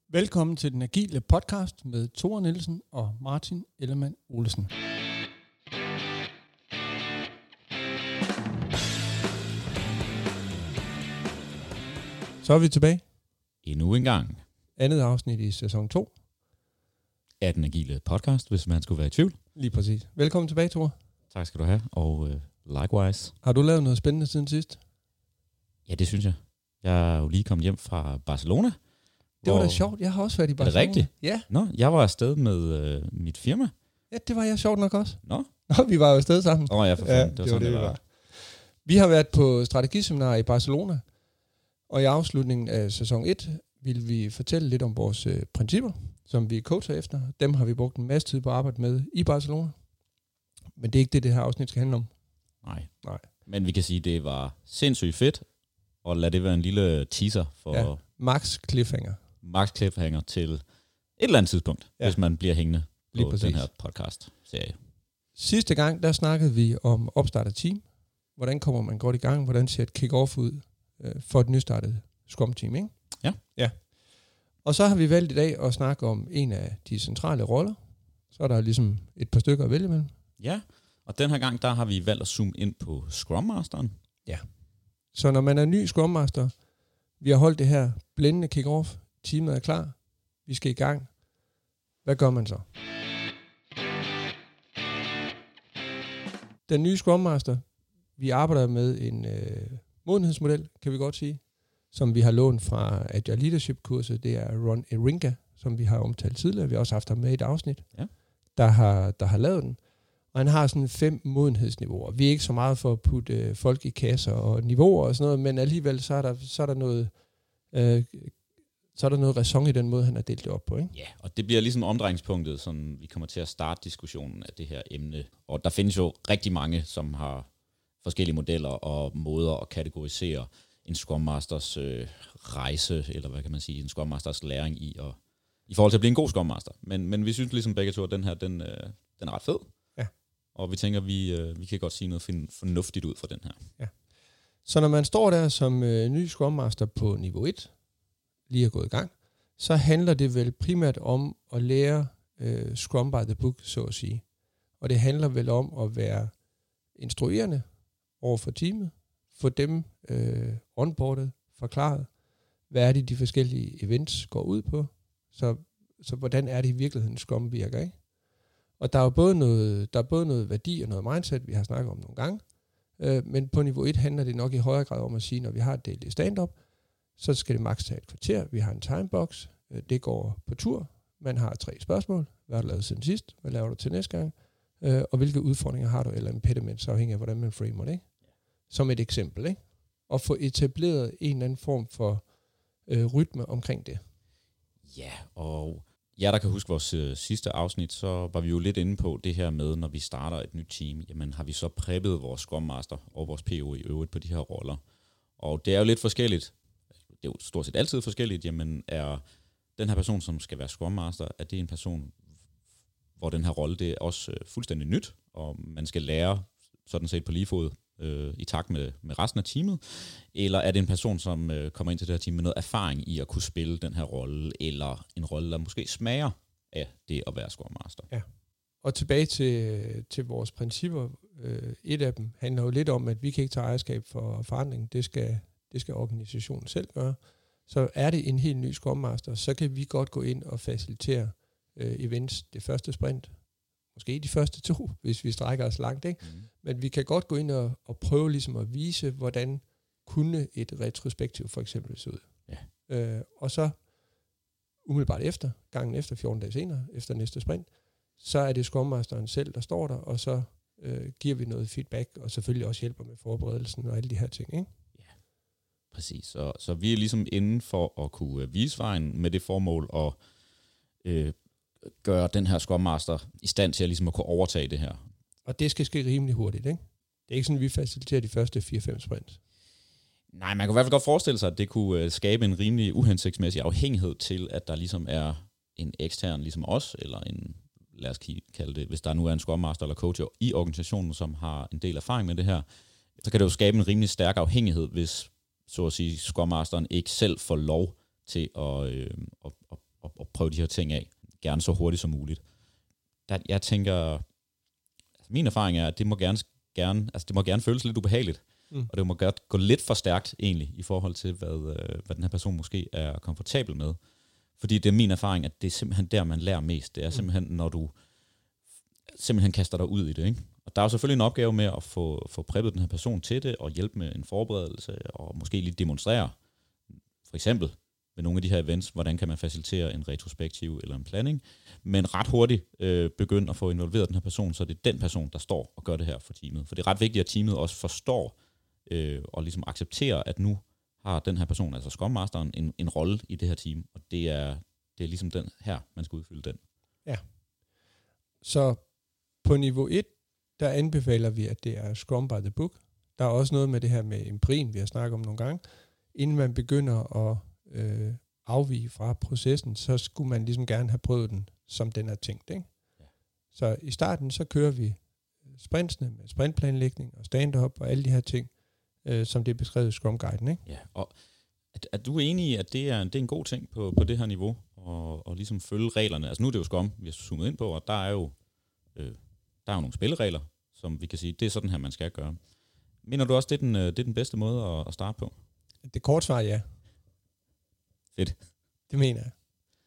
Velkommen til den agile podcast med Thor Nielsen og Martin Ellemann Olesen. Så er vi tilbage. Endnu en gang. Andet afsnit i sæson 2. Af den agile podcast, hvis man skulle være i tvivl. Lige præcis. Velkommen tilbage, Thor. Tak skal du have, og likewise. Har du lavet noget spændende siden sidst? Ja, det synes jeg. Jeg er jo lige kommet hjem fra Barcelona. Det var da sjovt. Jeg har også været i Barcelona. Er det rigtigt? Ja. Nå, jeg var afsted med mit firma. Ja, det var jeg sjovt nok også. Nå, vi var jo afsted sammen. ja, for fanden. Det var sådan, det var. Vi har været på strategiseminar i Barcelona, og i afslutningen af sæson 1 vil vi fortælle lidt om vores principper, som vi coacher efter. Dem har vi brugt en masse tid på at arbejde med i Barcelona. Men det er ikke det her afsnit skal handle om. Nej. Men vi kan sige, at det var sindssygt fedt, og lad det være en lille teaser for Max Cliffhanger til et eller andet tidspunkt, hvis man bliver hængende på den her podcast-serie. Sidste gang, der snakkede vi om opstart af team. Hvordan kommer man godt i gang? Hvordan ser et kick-off ud for et nystartet Scrum-team, ikke? Ja. Og så har vi valgt i dag at snakke om en af de centrale roller. Så er der ligesom et par stykker at vælge mellem. Ja, og den her gang, der har vi valgt at zoome ind på Scrum Masteren. Ja. Så når man er ny Scrum Master, vi har holdt det her blændende kick-off, teamet er klar, vi skal i gang. Hvad gør man så? Den nye Scrum Master, vi arbejder med en modenhedsmodel, kan vi godt sige, som vi har lånt fra Agile Leadership-kurset. Det er Ron Eringa, som vi har omtalt tidligere. Vi har også haft ham med i et afsnit, der har lavet den. Og han har sådan 5 modenhedsniveauer. Vi er ikke så meget for at putte folk i kasser og niveauer og sådan noget, men alligevel så er der noget ræson i den måde, han har delt det op på, ikke? Ja, og det bliver ligesom omdrejningspunktet, sådan vi kommer til at starte diskussionen af det her emne. Og der findes jo rigtig mange, som har forskellige modeller og måder at kategorisere en Scrum Masters rejse, eller hvad kan man sige, en Scrum Masters læring i forhold til at blive en god Scrum Master. Men vi synes ligesom begge to, at den her, den er ret fed. Ja. Og vi tænker, vi kan godt sige noget fornuftigt ud fra den her. Ja. Så når man står der som ny Scrum Master på niveau 1, lige er gået i gang, så handler det vel primært om at lære Scrum by the book, så at sige. Og det handler vel om at være instruerende over for teamet, få dem onboardet, forklaret, hvad er det, de forskellige events går ud på, så hvordan er det i virkeligheden, Scrum virker, ikke? Og der er både noget værdi og noget mindset, vi har snakket om nogle gange, men på niveau 1 handler det nok i højere grad om at sige, når vi har et daily stand-up, så skal det maks tage et kvarter. Vi har en timebox. Det går på tur. Man har 3 spørgsmål. Hvad har du lavet siden sidst? Hvad laver du til næste gang? Og hvilke udfordringer har du, eller impediments, afhængig af, hvordan man framer det, ikke? Som et eksempel, ikke? Og få etableret en eller anden form for rytme omkring det. Ja, og der kan huske vores sidste afsnit, så var vi jo lidt inde på det her med, når vi starter et nyt team, jamen har vi så preppet vores Scrum Master og vores PO i øvrigt på de her roller. Og det er jo lidt forskelligt. Det er jo stort set altid forskelligt, jamen er den her person, som skal være Scrum Master, er det en person, hvor den her rolle, det er også fuldstændig nyt, og man skal lære sådan set på lige fod i takt med resten af teamet, eller er det en person, som kommer ind til det her team med noget erfaring i at kunne spille den her rolle, eller en rolle, der måske smager af det at være Scrum Master. Ja. Og tilbage til vores principper. Et af dem handler jo lidt om, at vi kan ikke tage ejerskab for forandring. Det skal organisationen selv gøre. Så er det en helt ny Scrum Master, så kan vi godt gå ind og facilitere events det første sprint. Måske de første 2, hvis vi strækker os langt, ikke? Men vi kan godt gå ind og prøve ligesom at vise, hvordan kunne et retrospektiv for eksempel se ud. Ja. Og så umiddelbart gangen efter 14 dage senere, efter næste sprint, så er det Scrum Masteren selv, der står der, og så giver vi noget feedback, og selvfølgelig også hjælper med forberedelsen og alle de her ting, ikke? Ja, præcis. Så vi er ligesom inde for at kunne vise vejen med det formål at gøre den her Scrum Master i stand til at, ligesom at kunne overtage det her. Og det skal ske rimelig hurtigt, ikke? Det er ikke sådan, at vi faciliterer de første 4-5 sprints. Nej, man kan i hvert fald godt forestille sig, at det kunne skabe en rimelig uhensigtsmæssig afhængighed til, at der ligesom er en ekstern ligesom os, eller en, lad os kalde det, hvis der nu er en Scrum Master eller coach i organisationen, som har en del erfaring med det her, så kan det jo skabe en rimelig stærk afhængighed, hvis så at sige Scrum Masteren ikke selv får lov til at prøve de her ting af, gerne så hurtigt som muligt. Jeg tænker, min erfaring er, at det må gerne føles lidt ubehageligt, og det må godt gå lidt for stærkt egentlig, i forhold til, hvad den her person måske er komfortabel med. Fordi det er min erfaring, at det er simpelthen der, man lærer mest. Det er simpelthen, når du simpelthen kaster dig ud i det, ikke? Og der er jo selvfølgelig en opgave med at få preppet den her person til det, og hjælpe med en forberedelse, og måske lige demonstrere, for eksempel ved nogle af de her events, hvordan kan man facilitere en retrospektiv eller en planning, men ret hurtigt begynde at få involveret den her person, så det er den person, der står og gør det her for teamet. For det er ret vigtigt, at teamet også forstår og ligesom accepterer, at nu har den her person, altså Scrum Masteren, en rolle i det her team, og det er ligesom den her, man skal udfylde den. Ja. Så på niveau 1, der anbefaler vi, at det er Scrum by the book. Der er også noget med det her med empirien, vi har snakket om nogle gange. Inden man begynder at afvige fra processen, så skulle man ligesom gerne have prøvet den, som den er tænkt, ikke? Ja. Så i starten, så kører vi sprintsene med sprintplanlægning og stand-up og alle de her ting, som det er beskrevet i Scrum-guiden, ikke? Ja, og er du enig i, at det er en god ting på det her niveau, og ligesom følge reglerne? Altså nu er det jo Scrum, vi har zoomet ind på, og der er jo nogle spilleregler, som vi kan sige, det er sådan her, man skal gøre. Mener du også, det er den bedste måde at starte på? Det korte svar, ja. Fedt. Det mener jeg.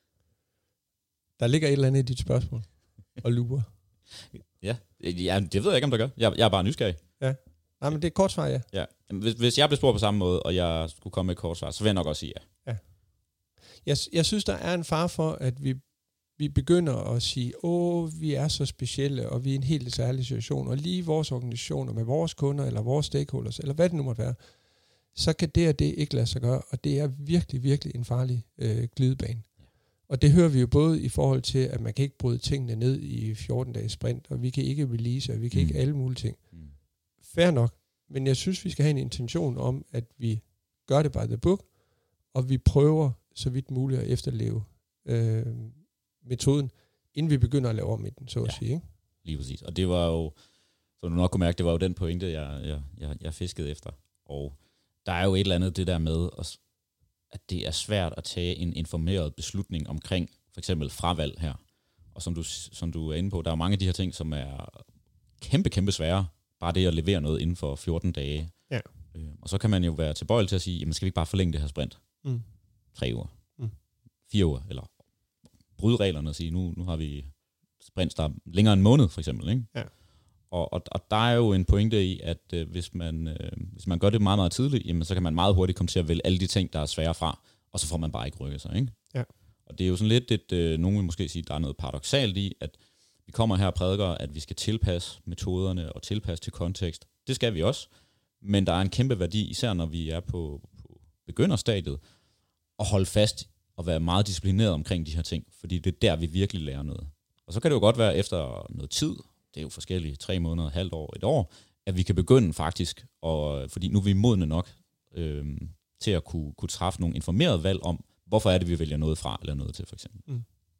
Der ligger et eller andet i dit spørgsmål og lurer. Ja, det ved jeg ikke, om der gør. Jeg er bare nysgerrig. Ja. Nej, men det er et kort svar, ja. Ja. Hvis jeg blev spurgt på samme måde, og jeg skulle komme med et kort svar, så vil jeg nok også sige ja. Ja. Jeg synes, der er en fare for, at vi begynder at sige, vi er så specielle, og vi er i en helt særlig situation, og lige vores organisationer med vores kunder, eller vores stakeholders, eller hvad det nu måtte være, så kan det ikke lade sig gøre, og det er virkelig, virkelig en farlig glidebane. Og det hører vi jo både i forhold til, at man kan ikke bryde tingene ned i 14-dages sprint, og vi kan ikke release, og vi kan ikke alle mulige ting. Fair nok, men jeg synes, vi skal have en intention om, at vi gør det by the book, og vi prøver så vidt muligt at efterleve metoden, inden vi begynder at lave om i den, så at sige. Ikke? Lige præcis. Og det var jo, så du nok kunne mærke, det var jo den pointe, jeg fiskede efter. Og der er jo et eller andet det der med, at det er svært at tage en informeret beslutning omkring for eksempel fravalg her. Og som du er inde på, der er mange af de her ting, som er kæmpe svære. Bare det at levere noget inden for 14 dage. Ja. Og så kan man jo være tilbøjelig til at sige, jamen skal vi ikke bare forlænge det her sprint? 3 uger. 4 uger. Eller bryde reglerne og sige, nu har vi sprint, der er længere end en måned, for eksempel. Ikke? Ja. Og der er jo en pointe i, at hvis man gør det meget, meget tidligt, jamen, så kan man meget hurtigt komme til at vælge alle de ting, der er svære fra, og så får man bare ikke rykket sig. Ikke? Ja. Og det er jo sådan lidt, nogen vil måske sige, der er noget paradoksalt i, at vi kommer her og prædiker, at vi skal tilpasse metoderne og tilpasse til kontekst. Det skal vi også, men der er en kæmpe værdi, især når vi er på begynderstadiet, at holde fast og være meget disciplineret omkring de her ting, fordi det er der, vi virkelig lærer noget. Og så kan det jo godt være efter noget tid, det er jo forskellige, 3 måneder, halvt år, 1 år, at vi kan begynde faktisk, fordi nu er vi modne nok til at kunne træffe nogle informerede valg om, hvorfor er det, vi vælger noget fra eller noget til, for eksempel.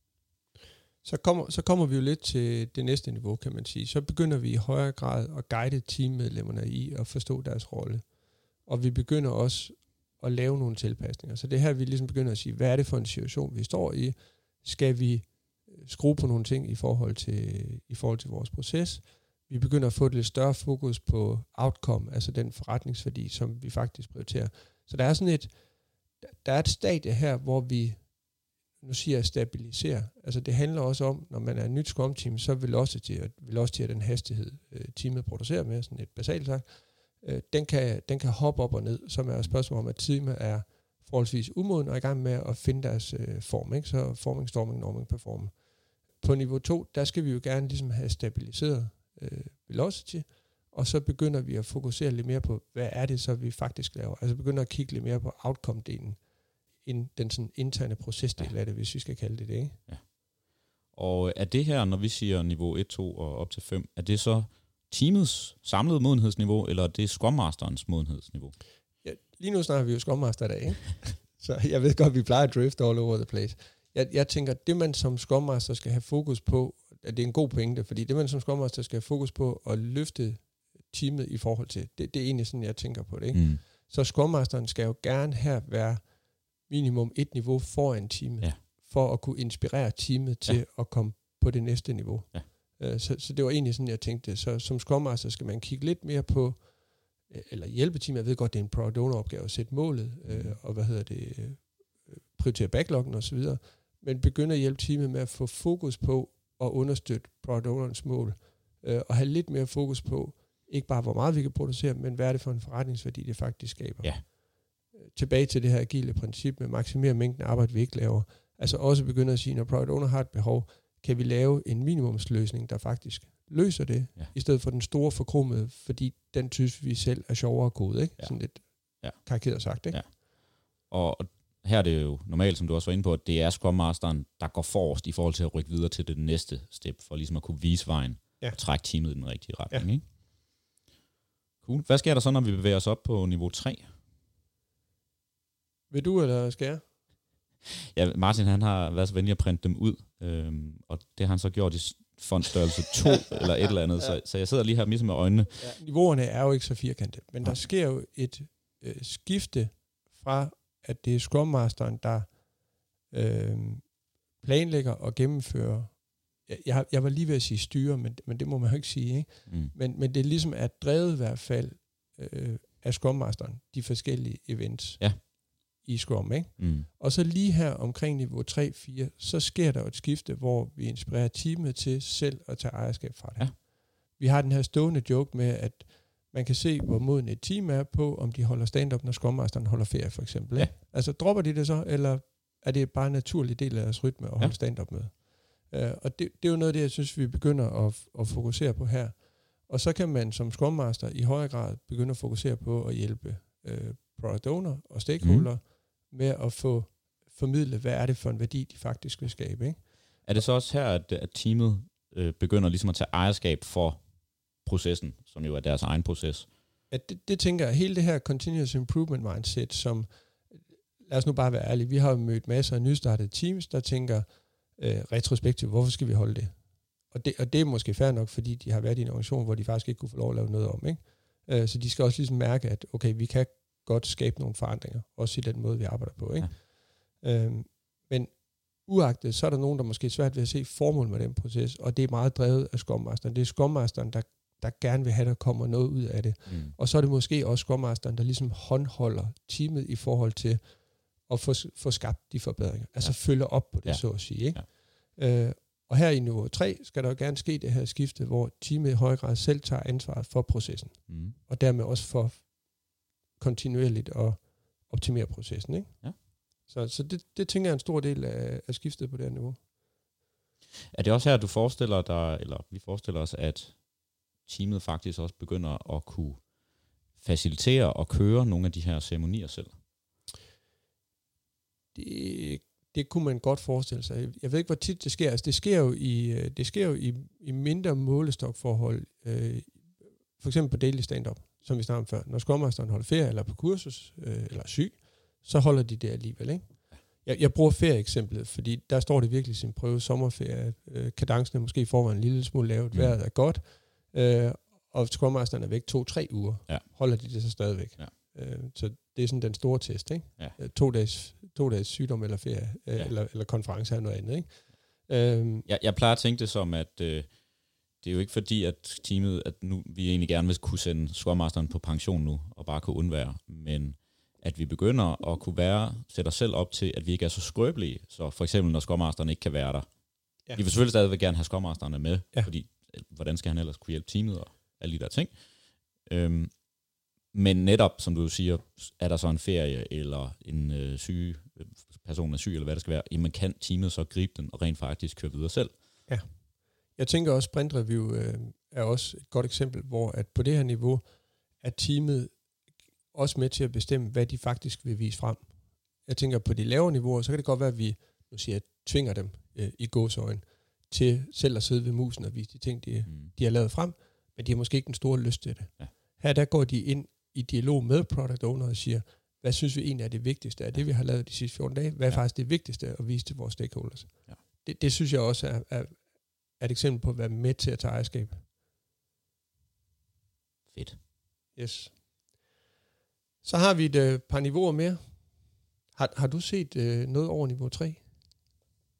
Så kommer vi jo lidt til det næste niveau, kan man sige. Så begynder vi i højere grad at guide teammedlemmerne i at forstå deres rolle. Og vi begynder også at lave nogle tilpasninger. Så det her, vi ligesom begynder at sige, hvad er det for en situation, vi står i? Skal vi skrue på nogle ting i forhold til vores proces? Vi begynder at få et lidt større fokus på outcome, altså den forretningsværdi, som vi faktisk prioriterer. Så der er et stadie her, hvor vi, nu siger jeg stabilisere. Altså det handler også om, når man er et nyt Scrum-team, så velocity den hastighed, teamet producerer med, sådan et basalt sagt, den kan hoppe op og ned, som er et spørgsmål om, at teamet er forholdsvis umoden og i gang med at finde deres form. Ikke? Så forming, storming, norming, performing. På niveau 2, der skal vi jo gerne ligesom have stabiliseret velocity, og så begynder vi at fokusere lidt mere på, hvad er det så, vi faktisk laver. Altså begynder at kigge lidt mere på outcome-delen, end den sådan interne procesdel af det, hvis vi skal kalde det det, ikke? Ja. Og er det her, når vi siger niveau 1, 2 og op til 5, er det så teamets samlede modenhedsniveau, eller er det Scrum Masterens modenhedsniveau? Ja, lige nu snakker vi jo Scrum Master dag, ikke? Så jeg ved godt, vi plejer at drift all over the place. Jeg tænker, det man som Scrum Master skal have fokus på, at det er en god pointe, fordi det man som Scrum Master skal have fokus på at løfte teamet i forhold til, det er egentlig sådan, jeg tænker på det, ikke? Så Scrum Masteren skal jo gerne her være minimum 1 niveau foran teamet. Ja. for at kunne inspirere teamet til at komme på det næste niveau. Ja. Så det var egentlig sådan, jeg tænkte. Så som Scrum Master skal man kigge lidt mere på, eller hjælpe teamet. Jeg ved godt, det er en product owner opgave at sætte målet, og prioritere backloggen osv., men begynde at hjælpe teamet med at få fokus på at understøtte product ownerens mål, og have lidt mere fokus på, ikke bare hvor meget vi kan producere, men hvad er det for en forretningsværdi, det faktisk skaber. Ja. Tilbage til det her agile princip med maksimere mængden arbejde, vi ikke laver. Altså også begynde at sige, når product owner har et behov, kan vi lave en minimumsløsning, der faktisk løser det, i stedet for den store forkromede, fordi den synes vi selv er sjovere og god, ikke? Sådan lidt karikeret sagt, ikke? Ja. Og her er det jo normalt, som du også var inde på, at det er Scrum Masteren, der går forrest i forhold til at rykke videre til det næste step, for ligesom at kunne vise vejen og trække teamet i den rigtige retning. Ikke? Cool. Hvad sker der så, når vi bevæger os op på niveau 3? Vil du, eller skal jeg? Ja, Martin, han har været så venlig at printe dem ud, og det har han så gjort i fontstørrelse 2 eller et eller andet, så jeg sidder lige her ligesom med øjnene. Ja, niveauerne er jo ikke så firkantede, men der sker jo et skifte fra, at det er Scrum Masteren, der planlægger og gennemfører. Jeg var lige ved at sige styre, men det må man jo ikke sige, ikke? Men det er ligesom at drevet i hvert fald af Scrum Masteren, de forskellige events i Scrum, ikke? Og så lige her omkring niveau 3-4, så sker der et skifte, hvor vi inspirerer teamet til selv at tage ejerskab fra det. Ja. Vi har den her stående joke med, at man kan se, hvor moden et team er på, om de holder stand-up, når Scrum Masteren holder ferie, for eksempel. Ja. Altså, dropper de det så, eller er det bare en naturlig del af deres rytme at holde stand-up med? Og det er jo noget af det, jeg synes, vi begynder at fokusere på her. Og så kan man som Scrum Master i højere grad begynde at fokusere på at hjælpe product owner og stakeholder med at få formidlet, hvad er det for en værdi, de faktisk vil skabe. Ikke? Er det så også her, at teamet begynder ligesom at tage ejerskab for processen, som jo er deres egen proces? Ja, det tænker jeg. Hele det her continuous improvement mindset, som, lad os nu bare være ærlige, vi har mødt masser af nystartede teams, der tænker retrospektivt, hvorfor skal vi holde det? Og det er måske fair nok, fordi de har været i en organisation, hvor de faktisk ikke kunne få lov at lave noget om. Ikke? Så de skal også ligesom mærke, at okay, vi kan godt skabe nogle forandringer, også i den måde, vi arbejder på. Ikke? Ja. Men uagtet, så er der nogen, der måske er svært ved at se formål med den proces, og det er meget drevet af Scrum Masteren. Det er Scrum Masteren, der gerne vil have, der kommer noget ud af det. Og så er det måske også Scrum Masteren, der ligesom håndholder teamet i forhold til at få skabt de forbedringer. Altså følger op på det, så at sige. Ikke? Ja. Og her i niveau 3 skal der jo gerne ske det her skifte, hvor teamet i høj grad selv tager ansvaret for processen. Og dermed også for kontinuerligt at optimere processen. Ikke? Ja. Så det tænker jeg er en stor del af skiftet på det her niveau. Er det også her, du forestiller dig, eller vi forestiller os, at teamet faktisk også begynder at kunne facilitere og køre nogle af de her ceremonier selv? Det kunne man godt forestille sig. Jeg ved ikke, hvor tit det sker. Altså, det sker jo i mindre målestokforhold. For eksempel på daily stand-up, som vi snakkede om før. Når Scrum Masteren holder ferie, eller på kursus, eller syg, så holder de det alligevel. Ikke? Jeg bruger ferieeksemplet, fordi der står det virkelig sin prøve. Sommerferie, kadencen er måske forvejen en lille smule lavt, vejret er godt, og Scrum Masteren er væk 2-3 uger. Ja. Holder de det så stadigvæk. Ja. Så det er sådan den store test, ikke? Ja. 2 dages sygdom eller ferie, eller konference eller noget andet, ikke? Jeg plejer at tænke det som, at det er jo ikke fordi, at teamet, at nu vi egentlig gerne vil kunne sende Scrum Masteren på pension nu, og bare kunne undvære, men at vi begynder at kunne sætte os selv op til, at vi ikke er så skrøbelige, så for eksempel, når Scrum Masteren ikke kan være der. Ja. Vi vil selvfølgelig stadigvæk gerne have Scrum Masterne med, fordi hvordan skal han ellers kunne hjælpe teamet og alle de der ting. Men netop, som du siger, er der så en ferie, eller en person er syg, eller hvad det skal være, jamen kan teamet så gribe den, og rent faktisk køre videre selv. Ja. Jeg tænker også, sprint review er også et godt eksempel, hvor at på det her niveau, er teamet også med til at bestemme, hvad de faktisk vil vise frem. Jeg tænker, på de lavere niveauer, så kan det godt være, at vi tvinger dem i gåseøjne til selv at sidde ved musen og vise de ting, de har lavet frem, men de har måske ikke den store lyst til det. Ja. Her der går de ind i dialog med product owner og siger, hvad synes vi egentlig er det vigtigste af det, vi har lavet de sidste 14 dage? Hvad er faktisk det vigtigste at vise til vores stakeholders? Ja. Det synes jeg også er et eksempel på at være med til at tage ejerskab. Fedt. Yes. Så har vi et par niveauer mere. Har du set noget over niveau 3?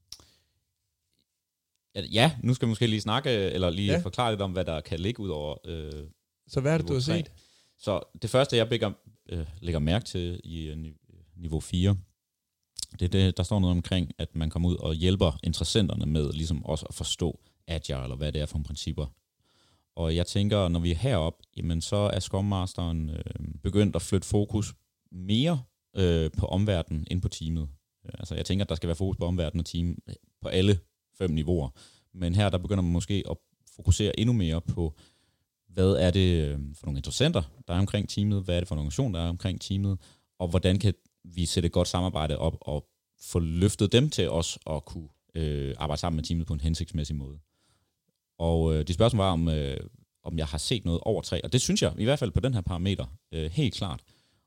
Ja, nu skal vi måske lige snakke, eller lige forklare lidt om, hvad der kan ligge ud over Så hvad er det, du har set? Så det første, jeg lægger mærke til i niveau 4, der står noget omkring, at man kommer ud og hjælper interessenterne med ligesom også at forstå Agile, eller hvad det er for nogle principper. Og jeg tænker, når vi er heroppe, jamen så er Scrum Masteren begyndt at flytte fokus mere på omverdenen end på teamet. Altså jeg tænker, at der skal være fokus på omverdenen og team på alle 5 niveauer. Men her der begynder man måske at fokusere endnu mere på, hvad er det for nogle interessenter, der er omkring teamet, hvad er det for en organisation, der er omkring teamet, og hvordan kan vi sætte et godt samarbejde op og få løftet dem til os at kunne arbejde sammen med teamet på en hensigtsmæssig måde. Og det spørgsmål var, om jeg har set noget over 3, og det synes jeg, i hvert fald på den her parameter, helt klart.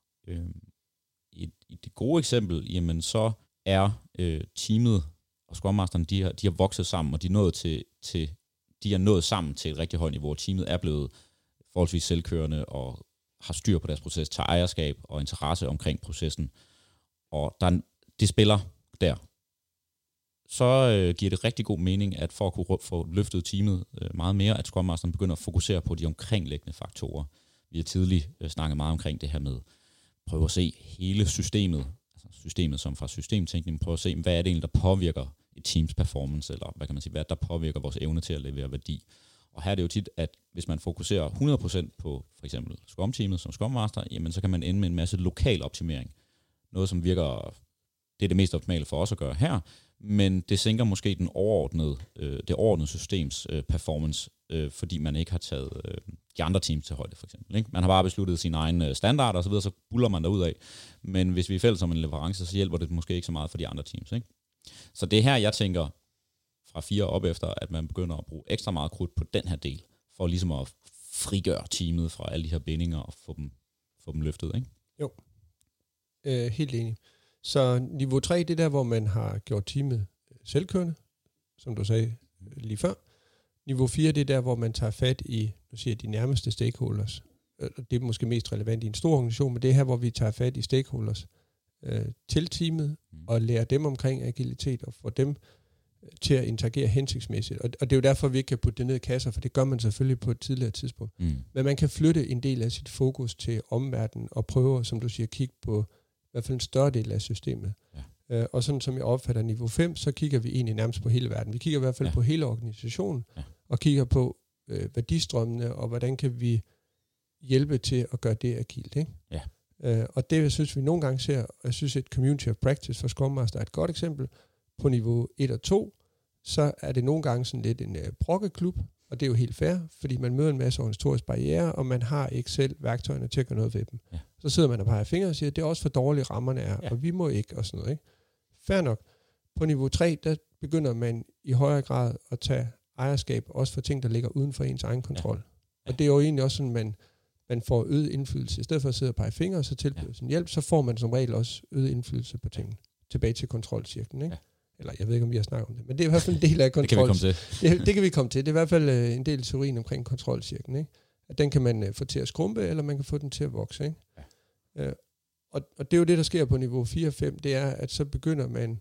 I det gode eksempel, jamen så er teamet og Scrum Masteren, de har vokset sammen, og de er nået sammen til et rigtig højt niveau, og teamet er blevet forholdsvis selvkørende og har styr på deres proces, tager ejerskab og interesse omkring processen. Og det spiller der. Så giver det rigtig god mening, at for at kunne få løftet teamet meget mere, at Scrum Masteren begynder at fokusere på de omkringliggende faktorer. Vi har tidligt snakket meget omkring det her med prøve at se hele systemet, altså systemet som fra systemtænkning, prøve at se, hvad er det egentlig, der påvirker et teams performance, eller hvad kan man sige, hvad der påvirker vores evne til at levere værdi. Og her er det jo tit, at hvis man fokuserer 100% på for eksempel Scrum-teamet som Scrum Master, jamen så kan man ende med en masse lokal optimering. Noget, som virker, det er det mest optimale for os at gøre her, men det sænker måske det overordnede systems performance, fordi man ikke har taget de andre teams til højde, for eksempel. Ikke? Man har bare besluttet sine egne standarder, og så videre, så buller man derud af. Men hvis vi er fælles om en leverance, så hjælper det måske ikke så meget for de andre teams. Ikke? Så det er her, jeg tænker, fra 4 op efter, at man begynder at bruge ekstra meget krudt på den her del, for ligesom at frigøre teamet fra alle de her bindinger, og få dem løftet, ikke? Jo, helt enig. Så niveau 3, det er der, hvor man har gjort teamet selvkørende, som du sagde lige før. Niveau 4, det er der, hvor man tager fat i, nu siger jeg, de nærmeste stakeholders. Det er måske mest relevant i en stor organisation, men det er her, hvor vi tager fat i stakeholders til teamet, og lærer dem omkring agilitet, og får dem til at interagere hensigtsmæssigt. Og det er jo derfor, vi ikke kan putte det ned i kasser, for det gør man selvfølgelig på et tidligere tidspunkt. Men man kan flytte en del af sit fokus til omverdenen, og prøve, som du siger, kigge på i hvert fald en større del af systemet. Ja. Og sådan som jeg opfatter niveau 5, så kigger vi egentlig nærmest på hele verden. Vi kigger i hvert fald på hele organisationen, og kigger på værdistrømmene, og hvordan kan vi hjælpe til at gøre det agilt. Ikke? Ja. Og det, jeg synes, vi nogle gange ser, og jeg synes, et community of practice for Scrum Master er et godt eksempel. På niveau 1 og 2, så er det nogle gange sådan lidt en brokkeklub, og det er jo helt fair, fordi man møder en masse organisatoriske barrierer, og man har ikke selv værktøjerne til at gøre noget ved dem. Ja. Så sidder man og peger fingre og siger, det er også for dårlige rammerne er, og vi må ikke, og sådan noget. Ikke? Fair nok. På niveau 3, der begynder man i højere grad at tage ejerskab, også for ting, der ligger uden for ens egen kontrol. Ja. Og det er jo egentlig også sådan, man får øget indflydelse. I stedet for at sidde og pege fingre og så tilbyde sin hjælp, så får man som regel også øget indflydelse på tingene. Tilbage til kontrolcirklen, ikke? Ja. Eller jeg ved ikke, om vi har snakket om det, men det er i hvert fald en del af kontrol. Det kan vi komme til. Det er i hvert fald en del af teorien omkring kontrolcirklen, ikke? At den kan man få til at skrumpe, eller man kan få den til at vokse, ikke? Ja. Og det er jo det, der sker på niveau 4 og 5, det er, at så begynder man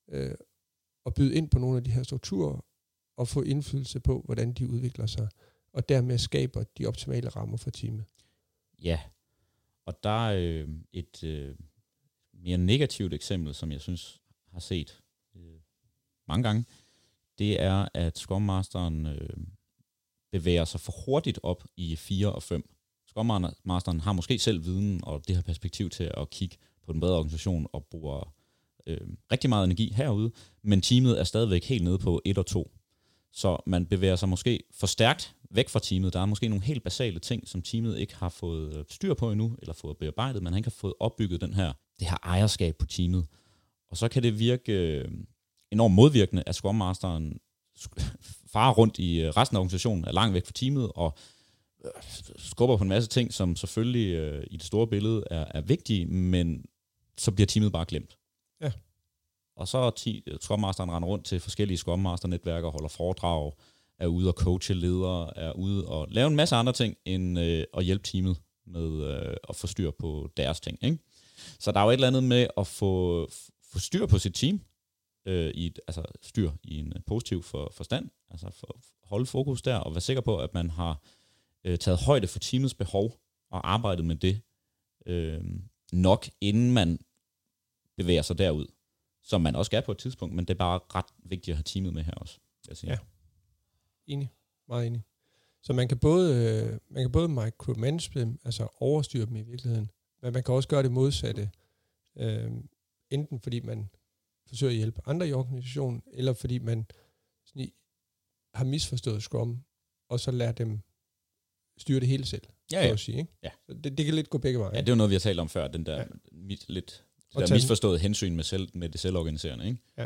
at byde ind på nogle af de her strukturer, og få indflydelse på, hvordan de udvikler sig, og dermed skaber de optimale rammer for teamet. Ja, og der er et mere negativt eksempel, som jeg synes har set mange gange, det er, at Scrum Masteren bevæger sig for hurtigt op i 4 og 5. Scrum Masteren har måske selv viden og det her perspektiv til at kigge på den brede organisation og bruger rigtig meget energi herude, men teamet er stadigvæk helt nede på 1 og 2. Så man bevæger sig måske for stærkt væk fra teamet. Der er måske nogle helt basale ting, som teamet ikke har fået styr på endnu, eller fået bearbejdet, men han ikke har fået opbygget det her ejerskab på teamet. Og så kan det virke enormt modvirkende, at Scrum Masteren farer rundt i resten af organisationen, er langt væk fra teamet, og skubber på en masse ting, som selvfølgelig i det store billede er vigtige, men så bliver teamet bare glemt. Ja. Og så er Scrum Masteren render rundt til forskellige Scrum Master-netværker, holder foredrag, er ude og coache ledere, er ude og lave en masse andre ting, end at hjælpe teamet med at få styr på deres ting. Ikke? Så der er jo et eller andet med at få styr på sit team, styr i en positiv forstand, altså for holde fokus der, og være sikker på, at man har taget højde for teamets behov, og arbejdet med det nok, inden man bevæger sig derud, som man også skal på et tidspunkt, men det er bare ret vigtigt at have teamet med her også, jeg siger. Ja, enig. Meget enig. Så man kan både micromanage dem, altså overstyre dem i virkeligheden, men man kan også gøre det modsatte, enten fordi man forsøger at hjælpe andre i organisationen, eller fordi man har misforstået Scrum, og så lærer dem styre det hele selv, så at sige, ikke? Ja. Så det kan lidt gå begge veje. Ja, det er jo noget, vi har talt om før, den der misforstået hensyn med det selvorganiserende, ikke? Ja.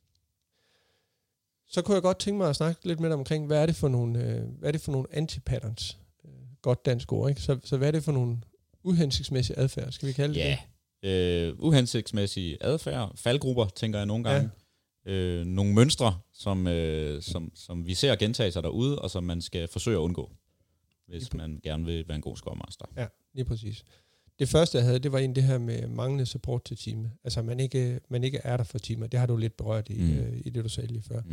Så kunne jeg godt tænke mig at snakke lidt med dig omkring, hvad er det for nogle anti-patterns? Godt dansk ord, ikke? Så hvad er det for nogle uhensigtsmæssige adfærd, skal vi kalde det? Ja, uhensigtsmæssige adfærd, faldgrupper, tænker jeg nogle gange. Ja. Nogle mønstre, som vi ser gentage sig derude, og som man skal forsøge at undgå, hvis man gerne vil være en god Scrum Master. Ja, lige præcis. Det første, jeg havde, det var egentlig det her med manglende support til teamet. Altså, man ikke er der for teamet. Det har du lidt berørt i det, du sagde lige før.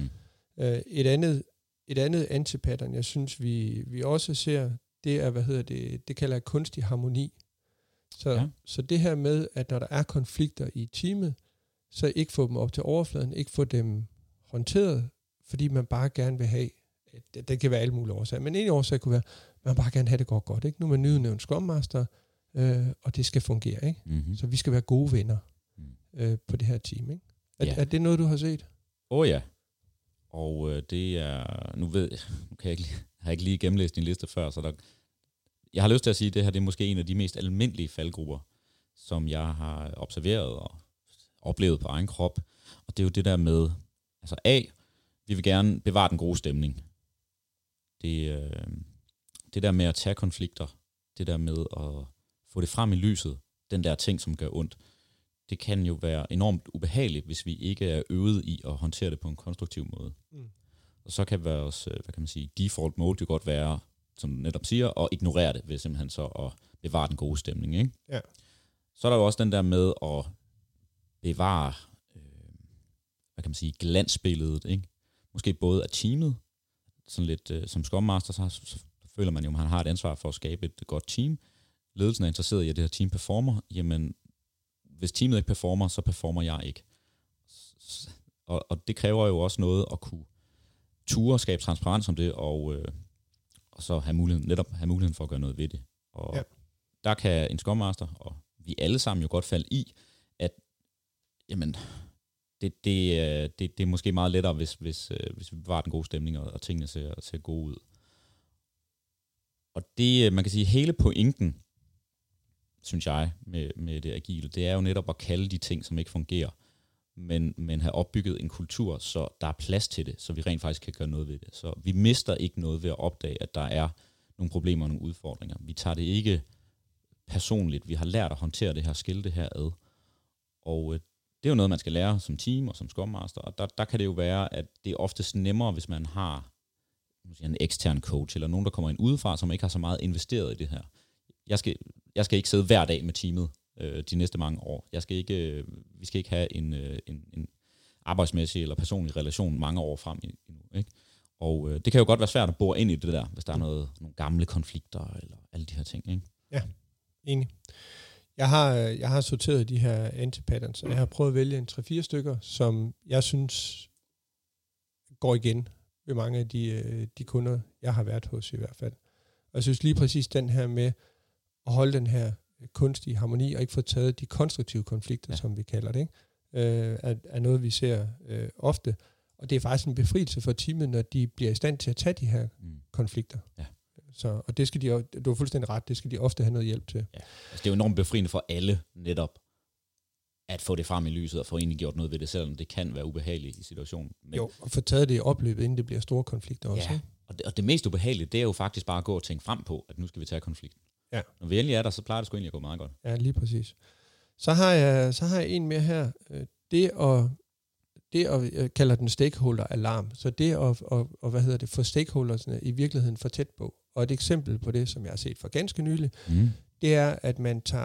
Et andet antipattern, jeg synes, vi også ser, det er, det kalder jeg kunstig harmoni. Så det her med, at når der er konflikter i teamet, så ikke få dem op til overfladen, ikke få dem håndteret, fordi man bare gerne vil have, det kan være alle mulige årsager, men en årsag kunne være, at man bare gerne have det godt, ikke? Nu er man nyudnævnt Scrum Master, og det skal fungere, ikke? Mm-hmm. Så vi skal være gode venner på det her team, ikke? Er det noget, du har set? Ja. Og det er, nu har jeg ikke lige gennemlæst din liste før, så jeg har lyst til at sige, at det her det er måske en af de mest almindelige faldgrupper, som jeg har observeret og oplevet på egen krop. Og det er jo det der med, altså vi vil gerne bevare den gode stemning. Det der med at tage konflikter, det der med at få det frem i lyset, den der ting, som gør ondt, det kan jo være enormt ubehageligt, hvis vi ikke er øvet i at håndtere det på en konstruktiv måde. Mm. Og så kan vores, default mode jo godt være, som du netop siger, at ignorere det, ved simpelthen så at bevare den gode stemning, ikke? Ja. Så er der jo også den der med at bevare, glansbilledet, ikke? Måske både af teamet, sådan lidt som Scrum Master, så føler man jo, at man har et ansvar for at skabe et godt team. Ledelsen er interesseret i, at det her team performer. Jamen, hvis teamet ikke performer, så performer jeg ikke. Og det kræver jo også noget at kunne ture og skabe transparens om det, og så have muligheden for at gøre noget ved det. Og der kan en Scrum Master, og vi alle sammen jo godt falde i, at jamen, det er måske meget lettere, hvis vi bevarer den gode stemning, og tingene ser gode ud. Og det, man kan sige, hele pointen, synes jeg, med det agile, det er jo netop at kalde de ting, som ikke fungerer, men have opbygget en kultur, så der er plads til det, så vi rent faktisk kan gøre noget ved det. Så vi mister ikke noget ved at opdage, at der er nogle problemer og nogle udfordringer. Vi tager det ikke personligt. Vi har lært at håndtere det her, skille det her ad. Og det er jo noget, man skal lære som team og som Scrum Master, og der kan det jo være, at det er oftest nemmere, hvis man har en ekstern coach, eller nogen, der kommer ind udefra, som ikke har så meget investeret i det her. Jeg skal ikke sidde hver dag med teamet de næste mange år. Vi skal ikke have en arbejdsmæssig eller personlig relation mange år frem endnu, ikke? Og det kan jo godt være svært at bore ind i det der, hvis der er nogle gamle konflikter, eller alle de her ting, ikke? Ja, enig. Jeg har sorteret de her antipatterns, og jeg har prøvet at vælge en 3-4 stykker, som jeg synes går igen ved mange af de kunder, jeg har været hos i hvert fald. Og jeg synes lige præcis den her med at holde den her kunstige harmoni, og ikke få taget de konstruktive konflikter, som vi kalder det, ikke? Er noget, vi ser ofte. Og det er faktisk en befrielse for teamet, når de bliver i stand til at tage de her konflikter. Ja. Og det skal du har fuldstændig ret, det skal de ofte have noget hjælp til. Ja. Altså, det er jo enormt befriende for alle netop, at få det frem i lyset, og få egentlig gjort noget ved det, selvom det kan være ubehageligt i situationen. Men jo, og få taget det i opløbet, inden det bliver store konflikter også. Ja, og det mest ubehagelige, det er jo faktisk bare at gå og tænke frem på, at nu skal vi tage konflikten. Ja. Når vi endelig er der, så plejer det sgu egentlig at gå meget godt. Ja, lige præcis. Så har jeg en mere her. Det at jeg kalder den stakeholder-alarm. Så det at få stakeholdersne i virkeligheden for tæt på. Og et eksempel på det, som jeg har set for ganske nylig, det er, at man tager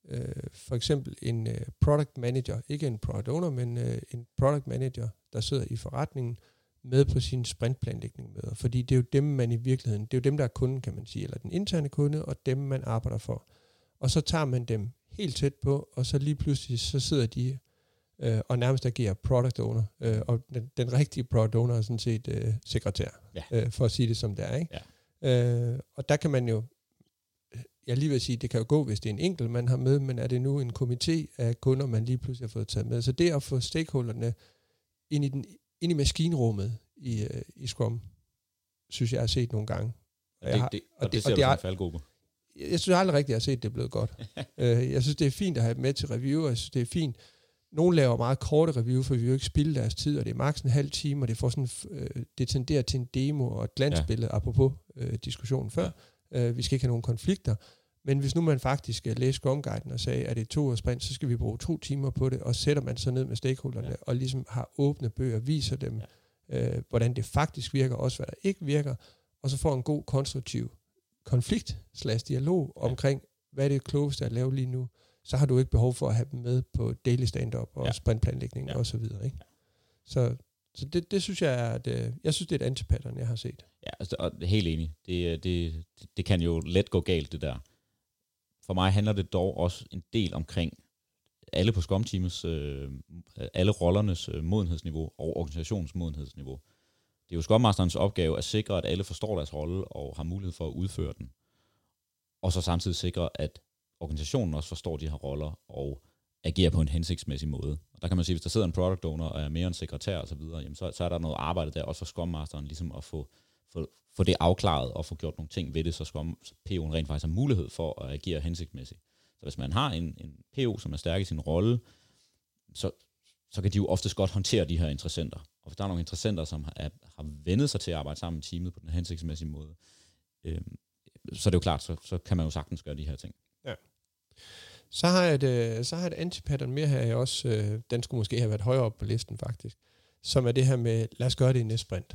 for eksempel en product manager, ikke en product owner, men en product manager, der sidder i forretningen, med på sin sprintplanlægning med. Fordi det er jo dem, man i virkeligheden, det er jo dem, der er kunden, kan man sige, eller den interne kunde, og dem, man arbejder for. Og så tager man dem helt tæt på, og så lige pludselig, så sidder de og nærmest agerer product owner. Og den rigtige product owner er sådan set sekretær, for at sige det som det er. Ikke? Ja. Og der kan man jo, jeg lige vil sige, det kan jo gå, hvis det er en enkelt, man har med, men er det nu en komité af kunder, man lige pludselig har fået taget med. Så det at få stakeholderne ind i maskinrummet i Scrum, synes jeg har set nogle gange. Og det ser du som en faldgruppe. Jeg synes aldrig rigtigt, at jeg har set, det er blevet godt. Jeg synes, det er fint at have med til review, og jeg synes, det er fint. Nogle laver meget korte review, for vi vil jo ikke spilde deres tid, og det er maks en halv time, og det får sådan, det tenderer til en demo og et glansbillede, apropos diskussionen før. Vi skal ikke have nogen konflikter. Men hvis nu man faktisk læser Scrum-guiden og sagde, at det er 2 års sprint, så skal vi bruge 2 timer på det, og sætter man så ned med stakeholderne, og ligesom har åbne bøger, viser dem, hvordan det faktisk virker, også hvad der ikke virker, og så får en god, konstruktiv konflikt/dialog omkring, hvad er det klogeste at lave lige nu, så har du ikke behov for at have dem med på daily stand-up og sprintplanlægning og så videre. Ikke? Så det synes jeg er jeg synes, det er et antipattern, jeg har set. Ja, altså, og helt enig. Det kan jo let gå galt, det der. For mig handler det dog også en del omkring alle på Scrum-teamets, alle rollernes modenhedsniveau og organisationens modenhedsniveau. Det er jo Scrum Masterens opgave at sikre, at alle forstår deres rolle og har mulighed for at udføre den. Og så samtidig sikre, at organisationen også forstår de her roller og agerer på en hensigtsmæssig måde. Og der kan man sige, hvis der sidder en product owner og er mere en sekretær og så videre, jamen så er der noget arbejde der også for Scrum Masteren, ligesom at få det afklaret og få gjort nogle ting ved det, så PO'en rent faktisk har mulighed for at agere hensigtsmæssigt. Så hvis man har en PO, som er stærk i sin rolle, så kan de jo oftest godt håndtere de her interessenter. Og hvis der er nogle interessenter, som har vendet sig til at arbejde sammen med teamet på den hensigtsmæssige måde, så er det jo klart, så kan man jo sagtens gøre de her ting. Ja. Så har jeg et antipattern mere her, jeg også, den skulle måske have været højere op på listen faktisk, som er det her med, lad os gøre det i næste sprint.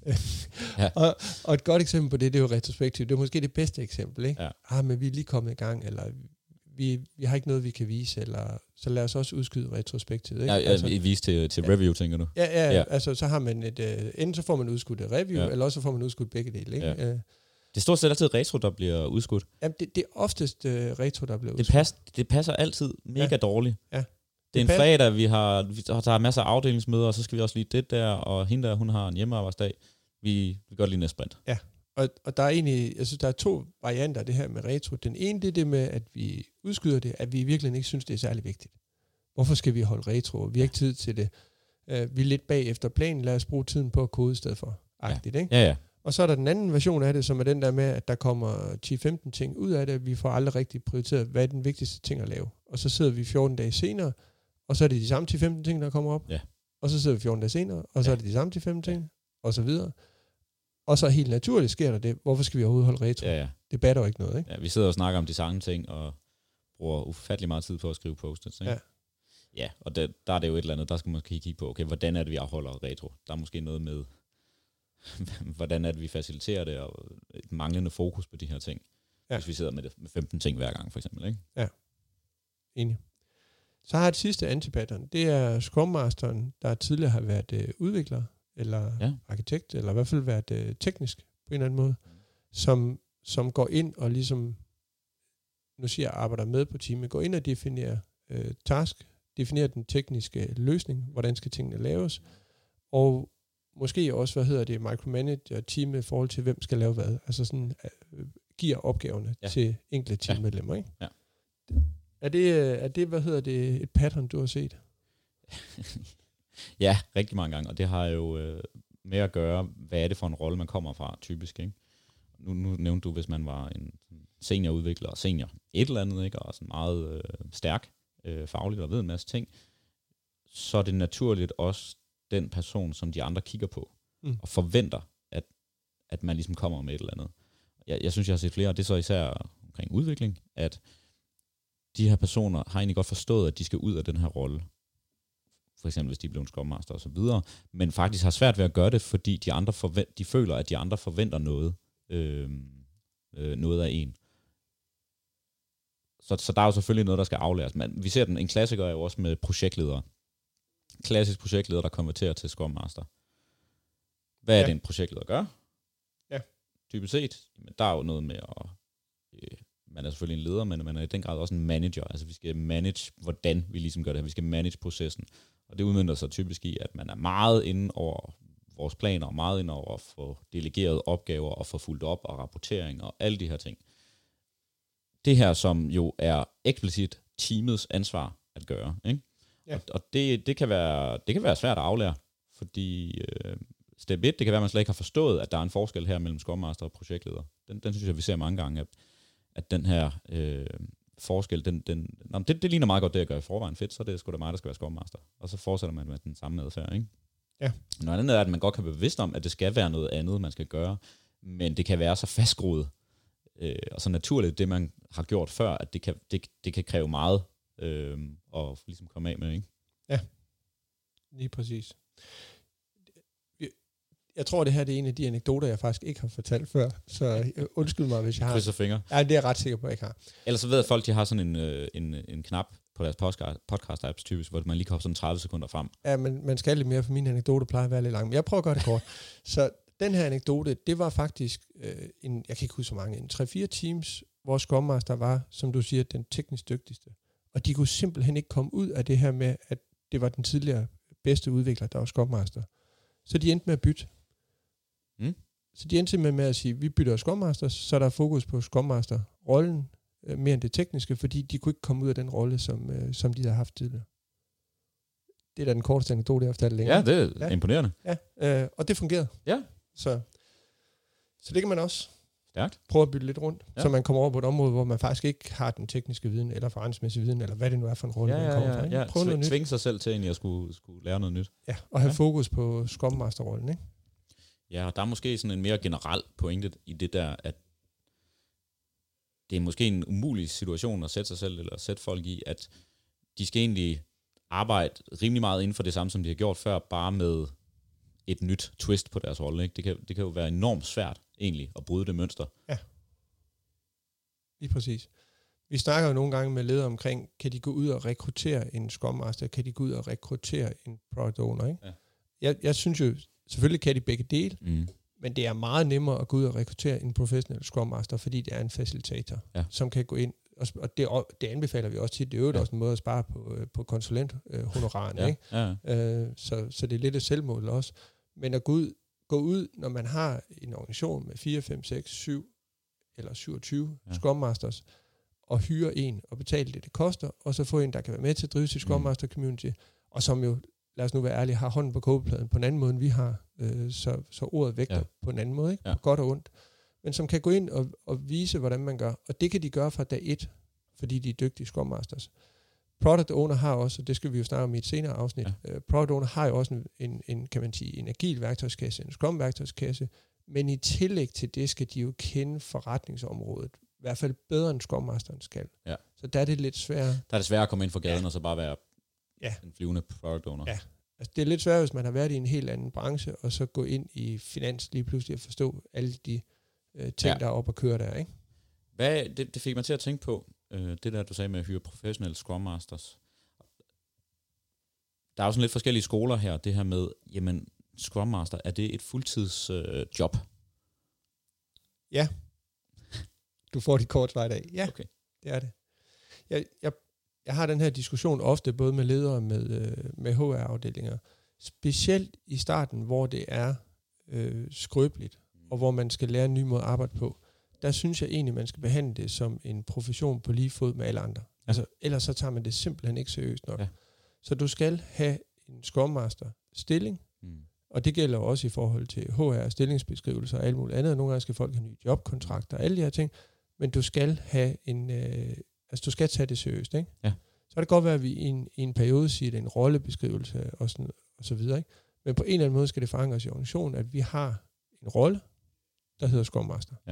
Ja. og et godt eksempel på det er jo retrospektivt. Det er måske det bedste eksempel, ikke? Ja. Men vi er lige kommet i gang, eller vi har ikke noget, vi kan vise, eller så lad os også udskyde retrospektivet. Ikke? Ja, vise til review, tænker du? Ja, altså så har man enten så får man udskudt et review, eller også så får man udskudt begge dele. Ikke? Ja. Det er stort set altid retro, der bliver udskudt. Jamen, det er oftest retro, der bliver udskudt. Det passer altid mega dårligt. Ja. Det er en fredag, vi har masser af afdelingsmøder, og så skal vi også lige det der, og hende der, hun har en hjemmearbejdsdag. Vi gør det lige næste sprint. Ja, og der er egentlig, jeg synes, der er 2 varianter af det her med retro. Den ene, det er det med, at vi udskyder det, at vi virkelig ikke synes, det er særlig vigtigt. Hvorfor skal vi holde retro? Vi har ikke tid til det. Vi er lidt bag efter planen, lad os bruge tiden på at kode i stedet for. Agtigt, ikke? Ja. Og så er der den anden version af det, som er den der med, at der kommer 10-15 ting ud af det. Vi får aldrig rigtig prioriteret, hvad er den vigtigste ting at lave. Og så sidder vi 14 dage senere, og så er det de samme 10-15 ting, der kommer op. Ja. Og så sidder vi 14 dage senere, og så er det de samme 10-15 ting, og så videre. Og så helt naturligt sker der det. Hvorfor skal vi overhovedet holde retro? Ja. Det batter jo ikke noget, ikke? Ja, vi sidder og snakker om de samme ting, og bruger ufattelig meget tid på at skrive post-its, ikke? Ja, og der er det jo et eller andet, der skal man kigge på, okay, hvordan er det, vi afholder retro? Der er måske noget med, hvordan er det, vi faciliterer det, og et manglende fokus på de her ting. Ja. Hvis vi sidder med 15 ting hver gang, for eksempel, ikke? Ja, enig. Så har jeg et sidste antipattern. Det er Scrum Masteren, der tidligere har været udvikler, eller arkitekt, eller i hvert fald været teknisk på en eller anden måde, som går ind og ligesom, nu siger jeg, arbejder med på teamet, går ind og definerer task, definerer den tekniske løsning, hvordan skal tingene laves, og måske også, micromanager teamet i forhold til, hvem skal lave hvad. Altså sådan, giver opgaverne til enkelte teammedlemmer, ikke? Ja. Er det, et pattern, du har set? Ja, rigtig mange gange, og det har jo med at gøre, hvad er det for en rolle, man kommer fra, typisk, ikke? Nu nævnte du, hvis man var en seniorudvikler, senior et eller andet, ikke? Og sådan meget stærk fagligt og ved en masse ting, så er det naturligt også den person, som de andre kigger på, og forventer, at man ligesom kommer med et eller andet. Jeg synes, jeg har set flere, og det er så især omkring udvikling, at de her personer har egentlig godt forstået, at de skal ud af den her rolle. For eksempel, hvis de er blevet Scrum Master og så videre, men faktisk har svært ved at gøre det, fordi de føler, at de andre forventer noget af en. Så der er jo selvfølgelig noget, der skal aflæres. Men vi ser en klassiker er jo også med projektledere. Klassisk projektleder, der konverterer til Scrum Master. Hvad er det, en projektleder gør? Ja. Typisk set, men der er jo noget med at... man er selvfølgelig en leder, men man er i den grad også en manager. Altså vi skal manage, hvordan vi ligesom gør det her. Vi skal manage processen. Og det udmønter sig typisk i, at man er meget inde over vores planer, og meget inde over at få delegeret opgaver, og få fulgt op, og rapportering, og alle de her ting. Det her, som jo er eksplicit teamets ansvar at gøre, ikke? Ja. Og det kan være svært at aflære, fordi step 1, det kan være, at man slet ikke har forstået, at der er en forskel her mellem Scrum Master og projektleder. Den synes jeg, vi ser mange gange, at den her forskel, det ligner meget godt det, jeg gør i forvejen fedt, så det er sgu da mig, der skal være Scrum Master. Og så fortsætter man med den samme adfærd, ikke? Ja. Noget andet er, at man godt kan være bevidst om, at det skal være noget andet, man skal gøre, men det kan være så fastgroet, og så naturligt, det man har gjort før, at det kan kræve meget at ligesom komme af med, ikke? Ja, lige præcis. Jeg tror, det her det er en af de anekdoter, jeg faktisk ikke har fortalt før, så undskyld mig, hvis jeg har. Krydser fingre. Ja, det er jeg ret sikker på, at jeg ikke har. Ellers så ved jeg, at folk de har sådan en knap på deres podcast-apps typisk, hvor man lige kan hoppe sådan 30 sekunder frem. Ja, men man skal lidt mere, for min anekdote plejer at være lidt lang. Men jeg prøver at gøre det kort. Så den her anekdote, det var faktisk jeg kan ikke huske så mange, en 3-4 teams, hvor Scrum Master var, som du siger, den teknisk dygtigste. Og de kunne simpelthen ikke komme ud af det her med, at det var den tidligere bedste udvikler, der var Scrum Master. Så de endte med at bytte. Så de endte simpelthen med at sige, vi bytter Scrum Master, så der er fokus på Scrum Master-rollen, mere end det tekniske, fordi de kunne ikke komme ud af den rolle, som de havde haft tidligere. Det er da den korteste anekdote, jeg har fortalt længe. Ja, det er imponerende. Ja, og det fungerede. Ja. Så det kan man også stærkt prøve at bytte lidt rundt, så man kommer over på et område, hvor man faktisk ikke har den tekniske viden, eller forretningsmæssige viden, eller hvad det nu er for en rolle, man kommer fra. Ja. Prøv noget nyt. Tvinge sig selv til egentlig at skulle lære noget nyt. Ja, og have fokus på Scrum Master-rollen, ikke? Ja, og der er måske sådan en mere generel pointe i det der, at det er måske en umulig situation at sætte sig selv, eller sætte folk i, at de skal egentlig arbejde rimelig meget inden for det samme, som de har gjort før, bare med et nyt twist på deres rolle, ikke? Det kan jo være enormt svært, egentlig, at bryde det mønster. Ja, lige præcis. Vi snakker jo nogle gange med ledere omkring, kan de gå ud og rekruttere en Scrum Master, kan de gå ud og rekruttere en Product Owner, ikke? Ja. Jeg synes jo, selvfølgelig kan de begge dele, men det er meget nemmere at gå ud og rekruttere en professionel Scrum Master, fordi det er en facilitator, som kan gå ind, og det anbefaler vi også tit. Det er jo også en måde at spare på konsulenthonorarerne, ikke? Ja. Så det er lidt et selvmål også. Men at gå ud, når man har en organisation med 4, 5, 6, 7 eller 27 Scrum Masters, og hyre en og betale det koster, og så få en, der kan være med til at drive sit Scrum Master community, og som jo, lad os nu være ærlige, har hånden på kogepladen på en anden måde, end vi har, så ordet vægter på en anden måde, ikke? På godt og ondt. Men som kan gå ind og vise, hvordan man gør. Og det kan de gøre fra dag 1, fordi de er dygtige Scrum Masters. Product Owner har også, og det skal vi jo snakke om i et senere afsnit, Product Owner har jo også en kan man sige, en agil værktøjskasse, en Scrum værktøjskasse, men i tillæg til det skal de jo kende forretningsområdet, i hvert fald bedre end Scrum Masteren skal. Ja. Så der er det lidt sværere. Der er det sværere at komme ind for gaden, og så bare være en flyvende Product Owner. Ja, altså det er lidt svært, hvis man har været i en helt anden branche, og så gå ind i finans lige pludselig at forstå alle de ting, der er oppe og køre der, ikke? Det fik mig til at tænke på, det der, du sagde med at hyre professionelle Scrum Masters. Der er jo sådan lidt forskellige skoler her, det her med, jamen, Scrum Master, er det et fuldtids job? Ja. Du får dit kort svar i dag. Ja, okay. Det er det. Jeg har den her diskussion ofte, både med ledere og med HR-afdelinger. Specielt i starten, hvor det er skrøbeligt, og hvor man skal lære en ny måde at arbejde på. Der synes jeg egentlig, man skal behandle det som en profession på lige fod med alle andre. Ja. Altså, ellers så tager man det simpelthen ikke seriøst nok. Ja. Så du skal have en Scrum Master stilling, og det gælder også i forhold til HR, stillingsbeskrivelser og alt muligt andet. Nogle gange skal folk have nye jobkontrakter og alle de her ting, men du skal have du skal tage det seriøst, ikke? Ja. Så kan det godt være, at vi i en periode siger, at det er en rollebeskrivelse og så videre, ikke? Men på en eller anden måde skal det forankres i organisationen, at vi har en rolle, der hedder Scrum Master. Ja.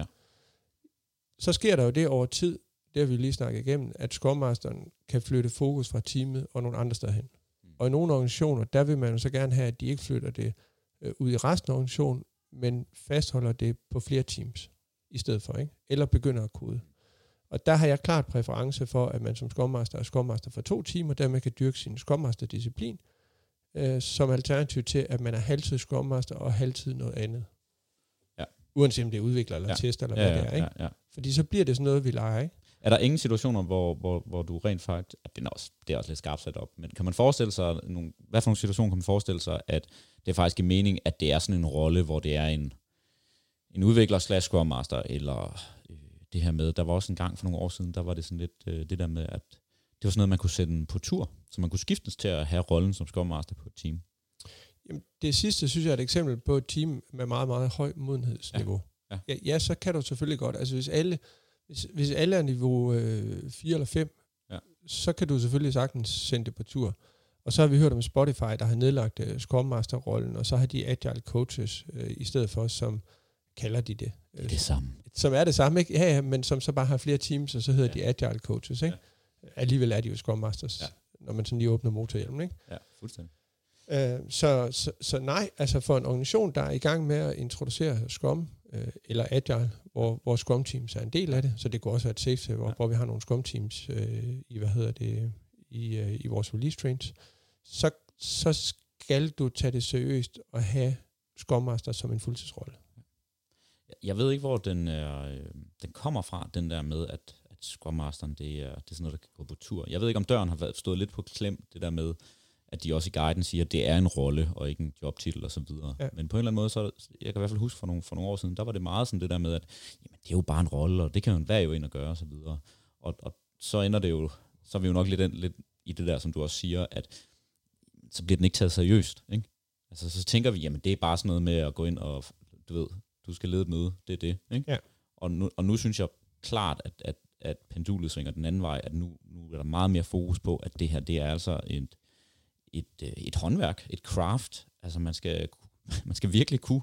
Så sker der jo det over tid, det har vi lige snakket igennem, at Scrum Masteren kan flytte fokus fra teamet og nogle andre steder hen. Og i nogle organisationer, der vil man jo så gerne have, at de ikke flytter det ud i resten af organisationen, men fastholder det på flere teams i stedet for, ikke? Eller begynder at kode. Og der har jeg klart præference for, at man som Scrum Master er Scrum Master for 2 team, og dermed kan dyrke sin Scrum Master-disciplin, som alternativ til, at man er halvtid Scrum Master og halvtid noget andet. Ja. Uanset om det er udvikler eller tester, eller hvad det er. Ikke? Ja. Fordi så bliver det sådan noget, vi leger, ikke? Er der ingen situationer, hvor du rent faktisk, det er også lidt skarpt sat op, men kan man forestille sig, hvad for nogle situationer kan man forestille sig, at det er faktisk i mening, at det er sådan en rolle, hvor det er en udvikler / Scrum Master, eller det her med, der var også en gang for nogle år siden, der var det sådan lidt det der med, at det var sådan noget, man kunne sætte på tur, så man kunne skiftes til at have rollen som Scrum Master på et team. Jamen, det sidste, synes jeg, er et eksempel på et team med meget, meget høj modenhedsniveau. Ja, så kan du selvfølgelig godt. Altså, hvis alle er niveau 4 eller 5, så kan du selvfølgelig sagtens sende det på tur. Og så har vi hørt om Spotify, der har nedlagt Scrum Master-rollen, og så har de Agile Coaches i stedet for, som kalder de det. Det samme. Som er det samme, ikke? Ja, men som så bare har flere teams, og så hedder de Agile Coaches, ikke? Ja. Alligevel er de jo Scrum Masters, når man sådan lige åbner motorhjelmen, ikke? Ja, fuldstændig. Så nej, altså for en organisation, der er i gang med at introducere Scrum eller Agile, hvor Scrum Teams er en del af det, så det kunne også være et safety, hvor vi har nogle Scrum Teams i vores release trains, så skal du tage det seriøst og have Scrum Master som en fuldtidsrolle. Jeg ved ikke, hvor den kommer fra, den der med, at Scrum Masteren, det er sådan noget, der kan gå på tur. Jeg ved ikke, om døren har stået lidt på klem, det der med, at de også i guiden siger, at det er en rolle, og ikke en jobtitel og så videre. Ja. Men på en eller anden måde, så jeg kan i hvert fald huske for nogle år siden, der var det meget sådan det der med, at jamen, det er jo bare en rolle, og det kan jo enhver jo ind og gøre og så videre. Og så ender det jo, så er vi jo nok lidt i det der, som du også siger, at så bliver den ikke taget seriøst, ikke? Altså så tænker vi, jamen det er bare sådan noget med at gå ind og, du ved, du skal lede et møde, det er det, ikke? Ja. Og nu synes jeg klart, at pendulet svinger den anden vej, at nu er der meget mere fokus på, at det her, det er altså et håndværk, et craft. Altså man skal virkelig kunne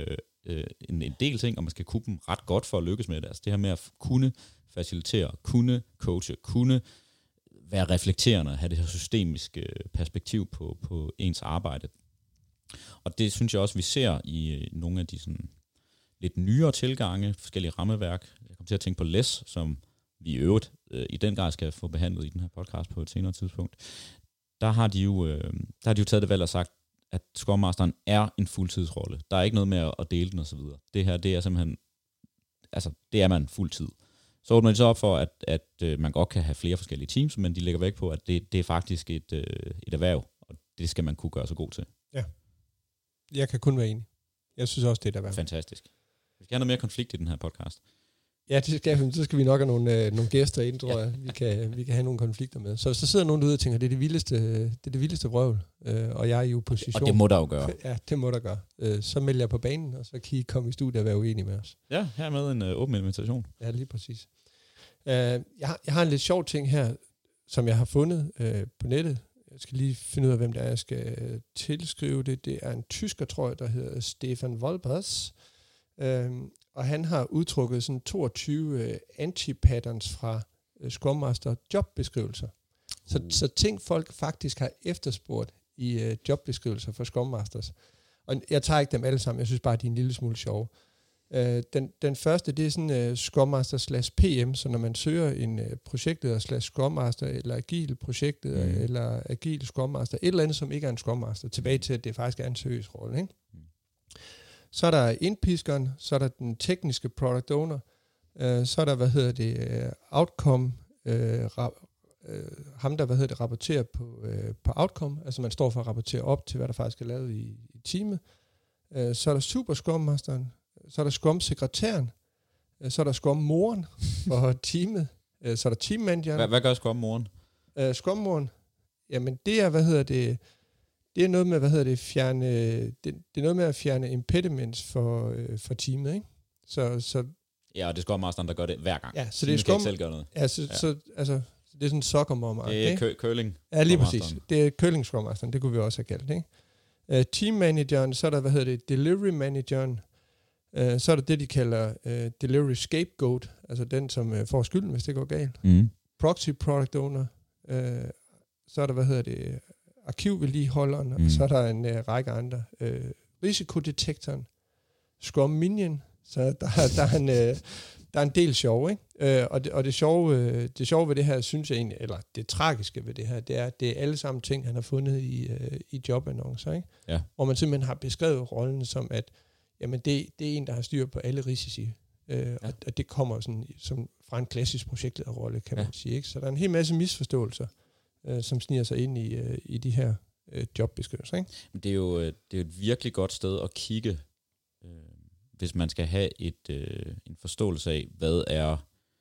en del ting, og man skal kunne dem ret godt for at lykkes med det. Altså det her med at kunne facilitere, kunne coache, kunne være reflekterende, have det her systemiske perspektiv på ens arbejde. Og det synes jeg også, vi ser i nogle af de sådan lidt nyere tilgange, forskellige rammeværk. Jeg kommer til at tænke på LESS, som vi i øvrigt i den grad skal få behandlet i den her podcast på et senere tidspunkt. Der har de jo taget det valg og sagt, at Scrum Masteren er en fuldtidsrolle. Der er ikke noget med at dele den osv. Det her, det er simpelthen, altså det er man fuldtid. Så åbner de så op for, at man godt kan have flere forskellige teams, men de lægger væk på, at det er faktisk et erhverv, og det skal man kunne gøre så god til. Ja, jeg kan kun være enig. Jeg synes også, det er et erhverv. Fantastisk. Vi skal have noget mere konflikt i den her podcast. Ja, så skal vi nok have nogle gæster ind, tror jeg. Vi kan have nogle konflikter med. Så sidder nogen derude og tænker, det er det vildeste vrøvl, og jeg er i opposition. Og det må der jo gøre. Ja, det må der gøre. Så melder jeg på banen, og så kan I komme i studiet og være uenige med os. Ja, hermed en åben invitation. Ja, lige præcis. Jeg har en lidt sjov ting her, som jeg har fundet på nettet. Jeg skal lige finde ud af, hvem det er, jeg skal tilskrive det. Det er en tysker, tror jeg, der hedder Stefan Wolpers. Og han har udtrukket sådan 22 anti-patterns fra Scrum Master jobbeskrivelser. Så ting folk faktisk har efterspurgt i jobbeskrivelser for Scrum Masters. Og jeg tager ikke dem alle sammen, jeg synes bare, de er en lille smule sjove. Den første, det er sådan Scrum Master / PM, så når man søger en projektleder / Scrum Master, eller agil projektleder, eller agil Scrum Master, et eller andet, som ikke er en Scrum Master, tilbage til, at det faktisk er en seriøs rolle, ikke? Så er der indpiskeren, så er der den tekniske product owner, så er der, outcome, ham der, rapporterer på outcome, altså man står for at rapportere op til, hvad der faktisk er lavet i teamet. Så er der super Scrum Masteren, så er der Scrum sekretæren, så er der Scrum moren for teamet, så er der team manageren. Hvad gør Scrum moren? Scrum moren, jamen det er, det er noget med, fjerne, det er noget med at fjerne impediments for teamet, ikke? Så ja, og det er Scrum Masteren, der gør det hver gang. Ja, så det er Scrum, ikke selv gøre noget. Ja, så altså det er sådan en soccer-mom. Det er curling. Ja, lige præcis. Det er curling Scrum Masteren, det kunne vi også have kaldt, ikke? Team manageren, så er der, delivery manageren, så er der det, de kalder delivery scapegoat, altså den, som får skylden, hvis det går galt. Proxy product owner, så er der, arkivvedligeholderen, og så er der en række andre. Risikodetektoren, Scrum Minion, så der der er en del sjov, ikke? Og det sjove ved det her, synes jeg egentlig, eller det tragiske ved det her, det er, at det er alle sammen ting, han har fundet i jobannoncer, ikke? Ja. Hvor man simpelthen har beskrevet rollen som, at jamen det er en, der har styr på alle risici. Og det kommer sådan, som fra en klassisk projektlederrolle, kan man sige, ikke? Så der er en hel masse misforståelser, som sniger sig ind i de her jobbeskrivelser, ikke? Det er jo et virkelig godt sted at kigge, hvis man skal have en forståelse af, hvad er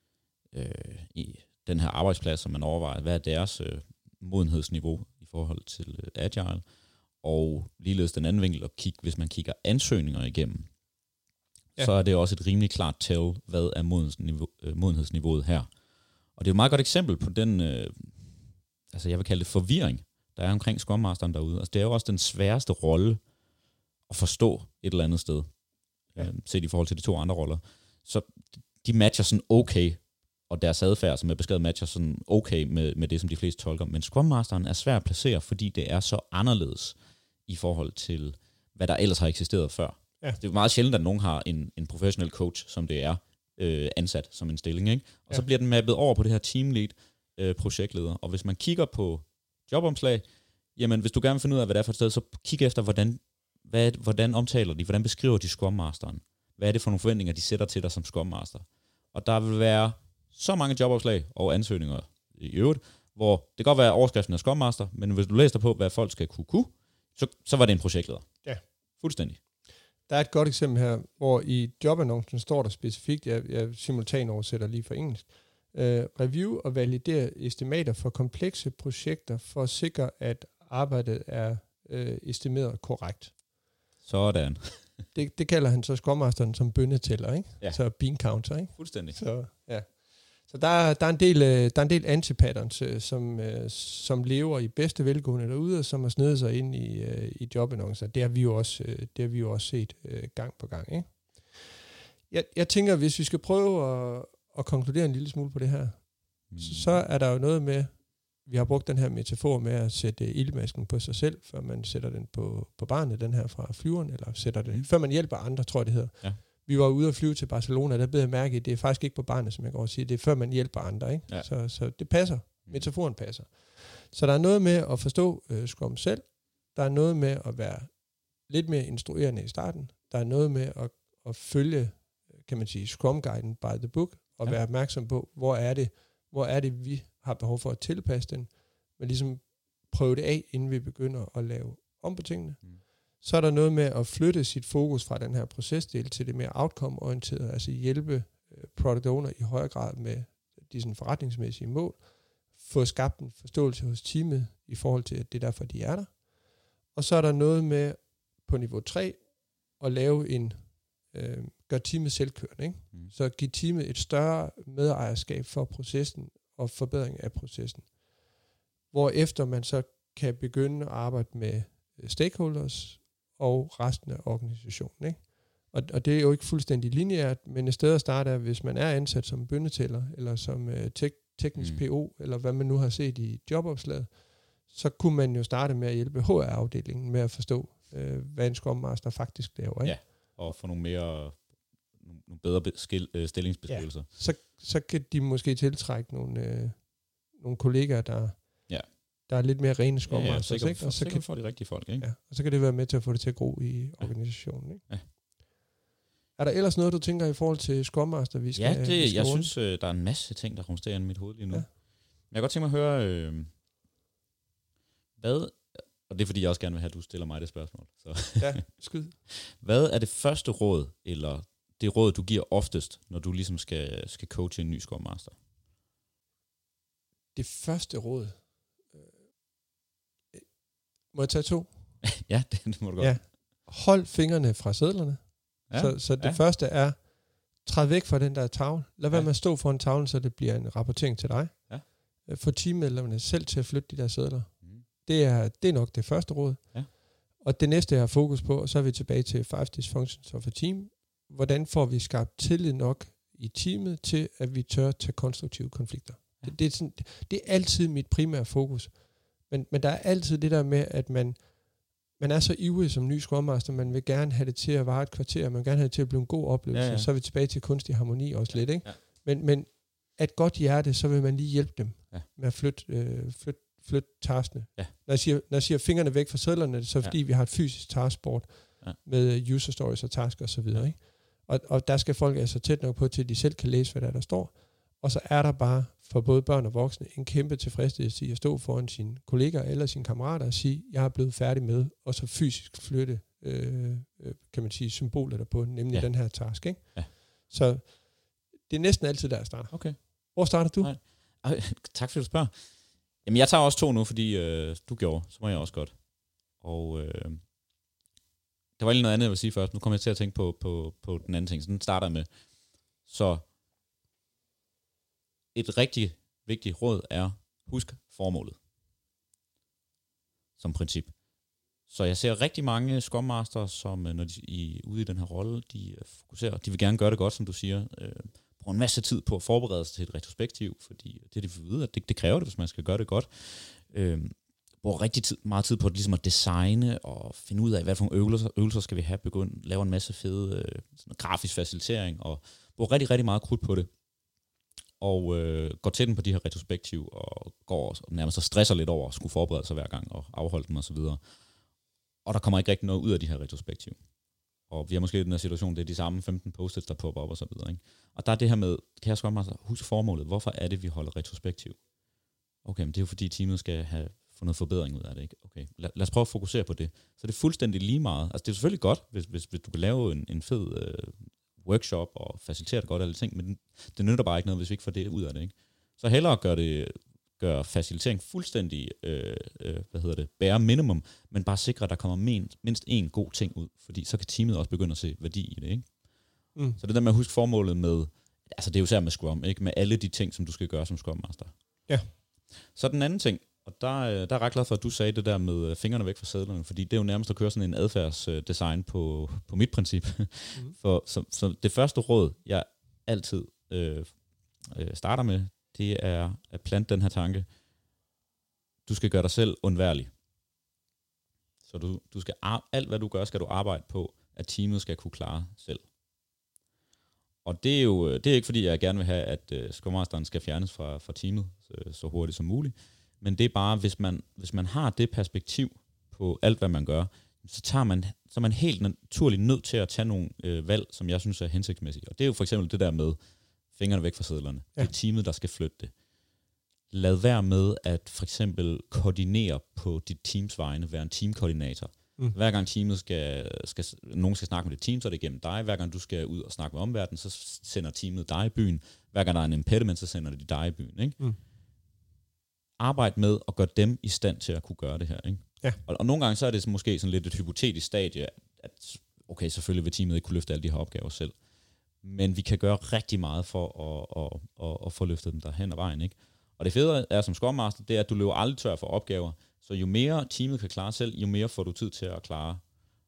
i den her arbejdsplads, som man overvejer, hvad er deres modenhedsniveau i forhold til Agile, og ligeledes den anden vinkel at kigge, hvis man kigger ansøgninger igennem, så er det også et rimelig klart tell, hvad er modenhedsniveauet her. Og det er et meget godt eksempel på den, jeg vil kalde det forvirring, der er omkring Scrum Masteren derude. Altså, det er jo også den sværeste rolle at forstå et eller andet sted, set i forhold til de to andre roller. Så de matcher sådan okay, og deres adfærd, som er beskrevet, matcher sådan okay med det, som de fleste tolker. Men Scrum Masteren er svær at placere, fordi det er så anderledes i forhold til, hvad der ellers har eksisteret før. Ja. Det er jo meget sjældent, at nogen har en professionel coach, som det er ansat som en stilling, ikke? Og så bliver den mappet over på det her teamlead projektleder. Og hvis man kigger på jobomslag, jamen hvis du gerne vil finde ud af, hvad det er for et sted, så kig efter, hvordan omtaler de, hvordan beskriver de Scrum Masteren? Hvad er det for nogle forventninger, de sætter til dig som Scrum Master? Og der vil være så mange jobopslag og ansøgninger i øvrigt, hvor det kan godt være overskriften af Scrum Master, men hvis du læser på, hvad folk skal kunne, så var det en projektleder. Ja. Fuldstændig. Der er et godt eksempel her, hvor i jobannoncen står der specifikt, jeg simultan oversætter lige for engelsk, review og validere estimater for komplekse projekter for at sikre, at arbejdet er estimeret korrekt. Sådan. det kalder han så Scrum Masteren som bønnetæller, ikke? Ja. Så bean counter, ikke? Fuldstændig. Så der er en del antipatterns, som lever i bedste velgående derude, og som har snedet sig ind i jobannoncer. Det har vi jo også set gang på gang, ikke? Jeg tænker, hvis vi skal prøve at konkludere en lille smule på det her, så er der jo noget med, vi har brugt den her metafor med at sætte ildmasken på sig selv, før man sætter den på barnet, den her fra flyveren, eller sætter det, før man hjælper andre, tror jeg det hedder. Ja. Vi var ude at flyve til Barcelona, der blev jeg mærke, at det er faktisk ikke på barnet, som jeg går og siger, det er før man hjælper andre, ikke? Ja. Så det passer. Metaforen passer. Så der er noget med at forstå Scrum selv, der er noget med at være lidt mere instruerende i starten, der er noget med at følge, kan man sige, Scrum-guiden by the book, og være opmærksom på, hvor er det, vi har behov for at tilpasse den, men ligesom prøve det af, inden vi begynder at lave om på tingene. Så er der noget med at flytte sit fokus fra den her procesdel til det mere outcome-orienterede, altså hjælpe product owner i højere grad med de sådan forretningsmæssige mål, få skabt en forståelse hos teamet i forhold til, at det er derfor, de er der. Og så er der noget med på niveau 3 at lave gør teamet selvkørende, ikke? Så give teamet et større medejerskab for processen og forbedring af processen. Hvorefter man så kan begynde at arbejde med stakeholders og resten af organisationen, ikke? Og det er jo ikke fuldstændig lineært, men et sted at starte er, hvis man er ansat som bønnetæller, eller som teknisk PO, eller hvad man nu har set i jobopslaget, så kunne man jo starte med at hjælpe HR-afdelingen med at forstå, hvad en Scrum Master faktisk laver, ikke? Ja, og få nogle bedre stillingsbeskrivelser. Ja, så kan de måske tiltrække nogle kollegaer, der er lidt mere rene Scrum Masters, ikke? Og så kan få de rigtige folk, ikke? Ja, og så kan det være med til at få det til at gro i organisationen, ikke? Ja. Er der ellers noget, du tænker i forhold til Scrum Master, vi skal... Ja, jeg synes, der er en masse ting, der rumsterer i mit hoved lige nu. Ja. Men jeg kan godt tænke mig at høre, hvad... Og det er fordi, jeg også gerne vil have, at du stiller mig det spørgsmål. Så. Ja, skyd. Hvad er det første råd, eller det råd, du giver oftest, når du ligesom skal coache en ny Scrum Master? Det første råd... Må jeg tage 2? Ja, det må du godt. Ja. Hold fingrene fra sedlerne. Ja. Så det første er, træd væk fra den der tavle. Lad være med at stå foran tavlen, så det bliver en rapportering til dig. Ja. Få teammedlemmerne selv til at flytte de der sedler. Det er nok det første råd. Ja. Og det næste, jeg har fokus på, og så er vi tilbage til 5 dysfunctions of a team. Hvordan får vi skabt tillid nok i teamet til, at vi tør tage konstruktive konflikter? Ja. Det er altid mit primære fokus. Men der er altid det der med, at man man er så ivrig som ny Scrum Master, man vil gerne have det til at vare et kvarter, man vil gerne have det til at blive en god oplevelse, så er vi tilbage til kunstig harmoni også lidt, ikke? Ja. Men af et godt hjerte, så vil man lige hjælpe dem med at flytte taskene. Ja. Når jeg siger fingrene væk fra sedlerne, så er det fordi, vi har et fysisk taskboard med user stories og task og så videre, ikke? Og der skal folk altså tæt nok på, til at de selv kan læse, hvad der står. Og så er der bare for både børn og voksne en kæmpe tilfredsstillelse i at stå foran sine kolleger eller sine kammerater og sige, jeg er blevet færdig med, og så fysisk flytte, kan man sige, symbolet der på, nemlig den her task, ikke? Ja. Så det er næsten altid der, jeg starter. Okay. Hvor starter du? Tak fordi du spørger. Jamen, jeg tager også 2 nu, fordi du gjorde, så må jeg også godt. Og der var lige noget andet, jeg vil sige først. Nu kommer jeg til at tænke på den anden ting. Så den starter med, så et rigtig vigtigt råd er, husk formålet som princip. Så jeg ser rigtig mange Scrum Masters, som når de er ude i den her rolle, de fokuserer, de vil gerne gøre det godt, som du siger, bruger en masse tid på at forberede sig til et retrospektiv, fordi det de får at vide, at det kræver det, hvis man skal gøre det godt. Bruger meget tid på ligesom at designe og finde ud af, hvad for nogle øvelser skal vi have, lave en masse fede grafisk facilitering, og bruger rigtig, rigtig meget krudt på det. Og går til den på de her retrospektiv, og går og nærmest stresser lidt over at skulle forberede sig hver gang, og afholde dem osv. Og der kommer ikke rigtig noget ud af de her retrospektiv. Og vi har måske i den her situation, det er de samme 15 post-its, der popper op og så videre, ikke? Og der er det her med, kan jeg Scrum Master, husk formålet. Hvorfor er det, vi holder retrospektiv? Okay, men det er jo fordi teamet skal få noget forbedring ud af det, ikke? Okay, lad os prøve at fokusere på det. Så det er fuldstændig lige meget. Altså det er selvfølgelig godt, hvis du kan lave en fed workshop og facilitere det godt alle ting, men det nytter bare ikke noget, hvis vi ikke får det ud af det, ikke? Så hellere gør facilitering fuldstændig, bare minimum, men bare sikre, at der kommer mindst en god ting ud, fordi så kan teamet også begynde at se værdi i det, ikke? Så det der med at huske formålet med, altså det er jo især med Scrum, ikke? Med alle de ting, som du skal gøre som Scrum Master. Ja. Så den anden ting, og der er jeg ret glad for, at du sagde det der med fingrene væk fra sedlerne, fordi det er jo nærmest at køre sådan en adfærdsdesign på mit princip. Så det første råd, jeg altid starter med, det er at plante den her tanke. Du skal gøre dig selv undværlig. Så du skal alt hvad du gør, skal du arbejde på, at teamet skal kunne klare selv. Og det er ikke fordi, jeg gerne vil have, at Scrum Masteren skal fjernes fra teamet så hurtigt som muligt. Men det er bare, hvis man har det perspektiv på alt, hvad man gør, så er man helt naturligt nødt til at tage nogle valg, som jeg synes er hensigtsmæssige. Og det er jo for eksempel det der med fingrene væk fra sedlerne. Ja. Det er teamet, der skal flytte det. Lad være med at for eksempel koordinere på dit teams vegne, være en teamkoordinator. Hver gang teamet nogen skal snakke med det team, så er det igennem dig. Hver gang du skal ud og snakke med omverdenen, så sender teamet dig i byen. Hver gang der er en impediment, så sender de dig i byen, ikke? Arbejd med at gøre dem i stand til at kunne gøre det her, ikke? Ja. Og nogle gange så er det måske sådan lidt et hypotetisk stadie, at okay, selvfølgelig vil teamet ikke kunne løfte alle de her opgaver selv. Men vi kan gøre rigtig meget for at få løftet dem derhen ad vejen, ikke? Og det fede er som Scrum Master, det er, at du løber aldrig tør for opgaver. Så jo mere teamet kan klare selv, jo mere får du tid til at klare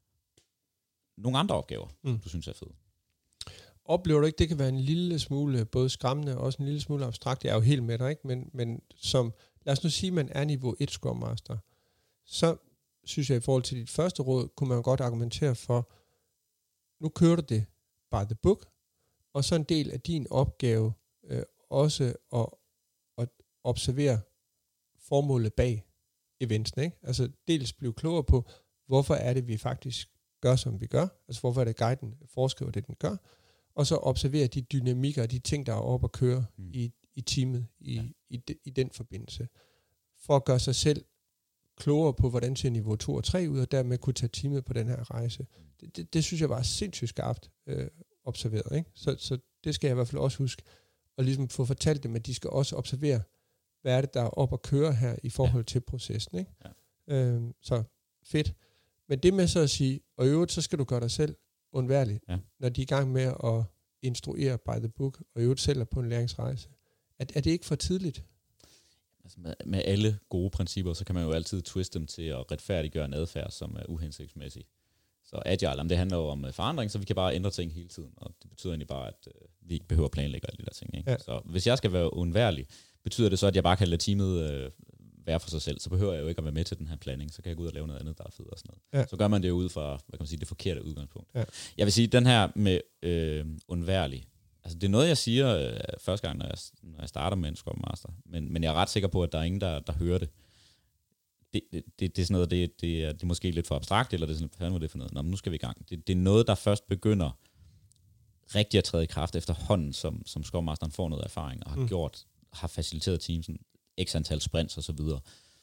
nogle andre opgaver, du synes er fede. Oplever du ikke, det kan være en lille smule både skræmmende og også en lille smule abstrakt? Jeg er jo helt med dig, ikke? Men som, lad os nu sige, at man er niveau 1 Scrum Master, så synes jeg i forhold til dit første råd, kunne man godt argumentere for, nu kører du det by the book, og så en del af din opgave også at observere formålet bag eventsen, ikke? Altså dels blive klogere på, hvorfor er det, vi faktisk gør, som vi gør, altså hvorfor er det guiden foreskriver det, den gør, og så observere de dynamikker og de ting, der er oppe at køre i teamet i den forbindelse, for at gøre sig selv klogere på, hvordan ser niveau 2 og 3 ud, og dermed kunne tage teamet på den her rejse. Det synes jeg var sindssygt skarpt observeret, ikke? Så det skal jeg i hvert fald også huske, og ligesom få fortalt dem, at de skal også observere, hvad er det, der er op at køre her i forhold til processen, ikke? Ja. Så fedt. Men det med så at sige, og i øvrigt, så skal du gøre dig selv undværlig, når de er i gang med at instruere by the book, og i øvrigt selv er på en læringsrejse. Er det ikke for tidligt? Altså med alle gode principper, så kan man jo altid twiste dem til at retfærdiggøre en adfærd, som er uhensigtsmæssig. Så agile, det handler jo om forandring, så vi kan bare ændre ting hele tiden, og det betyder egentlig bare, at vi ikke behøver at planlægge alle de der ting, ikke? Ja. Så hvis jeg skal være undværlig, betyder det så, at jeg bare kan lade teamet være for sig selv, så behøver jeg jo ikke at være med til den her planning, så kan jeg gå ud og lave noget andet, der er fedt og sådan noget. Ja. Så gør man det jo ud fra, hvad kan man sige, det forkerte udgangspunkt. Ja. Jeg vil sige, den her med undværlig, altså det er noget, jeg siger første gang, når jeg starter med en Scrum Master, men jeg er ret sikker på, at der er ingen, der hører det. Det er sådan noget, det er måske lidt for abstrakt, eller det er sådan, hvad er det for noget? Nå, men nu skal vi i gang. Det er noget, der først begynder rigtig at træde i kraft efterhånden, som Scrum Masteren får noget erfaring, og har faciliteret teamsen, x antal sprints og så videre.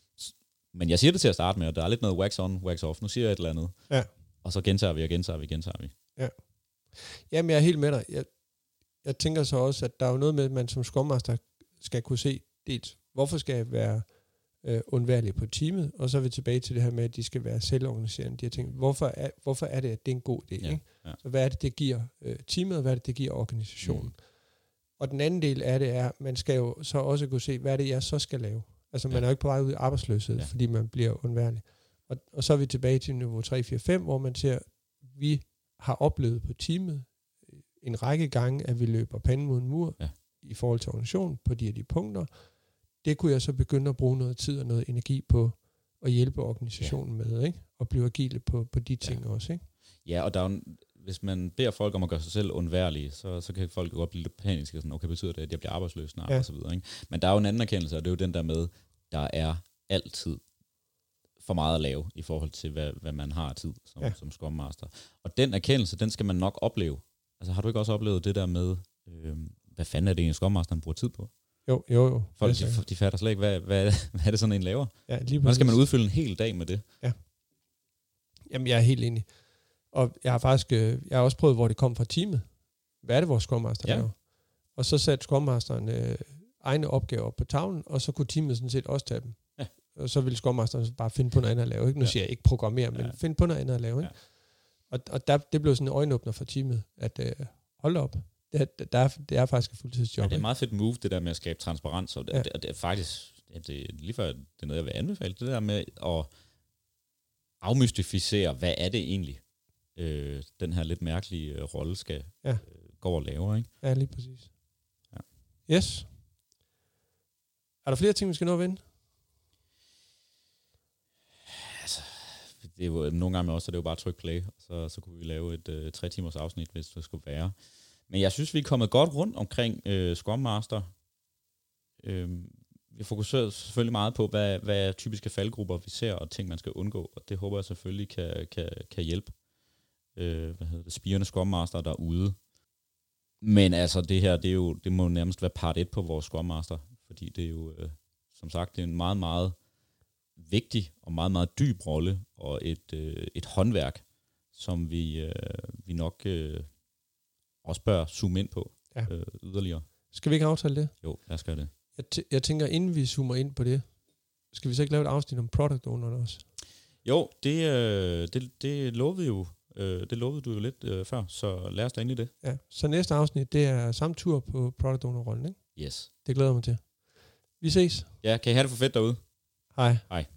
Men jeg siger det til at starte med, og der er lidt noget wax on, wax off. Nu siger jeg et eller andet, og så gentager vi. Ja. Jamen, jeg er helt med dig. Jeg tænker så også, at der er jo noget med, at man som Scrum Master skal kunne se, dels, hvorfor skal jeg være undværlig på teamet, og så er vi tilbage til det her med, at de skal være selvorganiserende. De har tænkt, hvorfor er det, at det er en god idé? Ikke? Ja. Så hvad er det giver teamet, og hvad er det giver organisationen? Og den anden del af det er, man skal jo så også kunne se, hvad er det, jeg så skal lave? Altså, man er jo ikke på vej ud i arbejdsløshed, fordi man bliver undværlig. Og så er vi tilbage til niveau 3, 4, 5, hvor man ser, vi har oplevet på teamet en række gange, at vi løber panden mod en mur i forhold til organisationen på de her punkter. Det kunne jeg så begynde at bruge noget tid og noget energi på at hjælpe organisationen med, ikke? Og blive agile på de ting også, ikke? Ja, og der er jo, hvis man beder folk om at gøre sig selv undværlige, så kan folk jo godt blive lidt paniske, sådan, okay, betyder det, at jeg bliver arbejdsløs snart, og så videre, ikke? Men der er jo en anden erkendelse, og det er jo den der med, der er altid for meget at lave, i forhold til, hvad man har af tid som Scrum Master. Og den erkendelse, den skal man nok opleve. Altså, har du ikke også oplevet det der med, hvad fanden er det, en Scrum Master bruger tid på? Jo. Folk, de fatter slet ikke, hvad er det sådan en laver? Ja, lige hvordan skal man udfylde en hel dag med det? Ja. Jamen, jeg er helt enig. Og jeg har også prøvet, hvor det kom fra teamet. Hvad er det, vores Scrum Master laver? Og så satte Scrum Masteren egne opgaver op på tavlen, og så kunne teamet sådan set også tage dem. Ja. Og så ville Scrum Masteren bare finde på noget andet at lave. Ikke? Nu siger jeg ikke programmere, men finde på noget andet at lave. Ikke? Og det blev sådan en øjenåbner for teamet, at hold op. Det er faktisk et fuldtidsjob. Ja, det er et meget fedt move, det der med at skabe transparens, og det er faktisk, lige før det er noget, jeg vil anbefale, det der med at afmystificere, hvad er det egentlig, den her lidt mærkelige rolle skal gå og lave, ikke? Ja, lige præcis. Ja. Yes. Er der flere ting, vi skal nå at vende? Altså, det er jo, nogle gange med os, så det er jo bare at trykke play, så kunne vi lave et 3 timers afsnit, hvis det skulle være. Men jeg synes, vi er kommet godt rundt omkring Scrum Master. Vi fokuserer selvfølgelig meget på, hvad er typiske faldgrupper, vi ser, og ting, man skal undgå. Og det håber jeg selvfølgelig kan hjælpe spirende Scrum Master derude. Men altså, det her, det må nærmest være part 1 på vores Scrum Master. Fordi det er jo, som sagt, det er en meget, meget vigtig og meget, meget dyb rolle, og et håndværk, som vi nok også bør zoome ind på yderligere. Skal vi ikke aftale det? Jo, lad os gøre det. Jeg tænker, inden vi zoomer ind på det, skal vi så ikke lave et afsnit om product owner også? Jo, det lovede vi jo. Det lovede du jo lidt før, så lad os da ind i det. Ja, så næste afsnit, det er samme tur på product owner-rollen, ikke? Yes. Det glæder jeg mig til. Vi ses. Ja, kan I have det for fedt derude? Hej. Hej.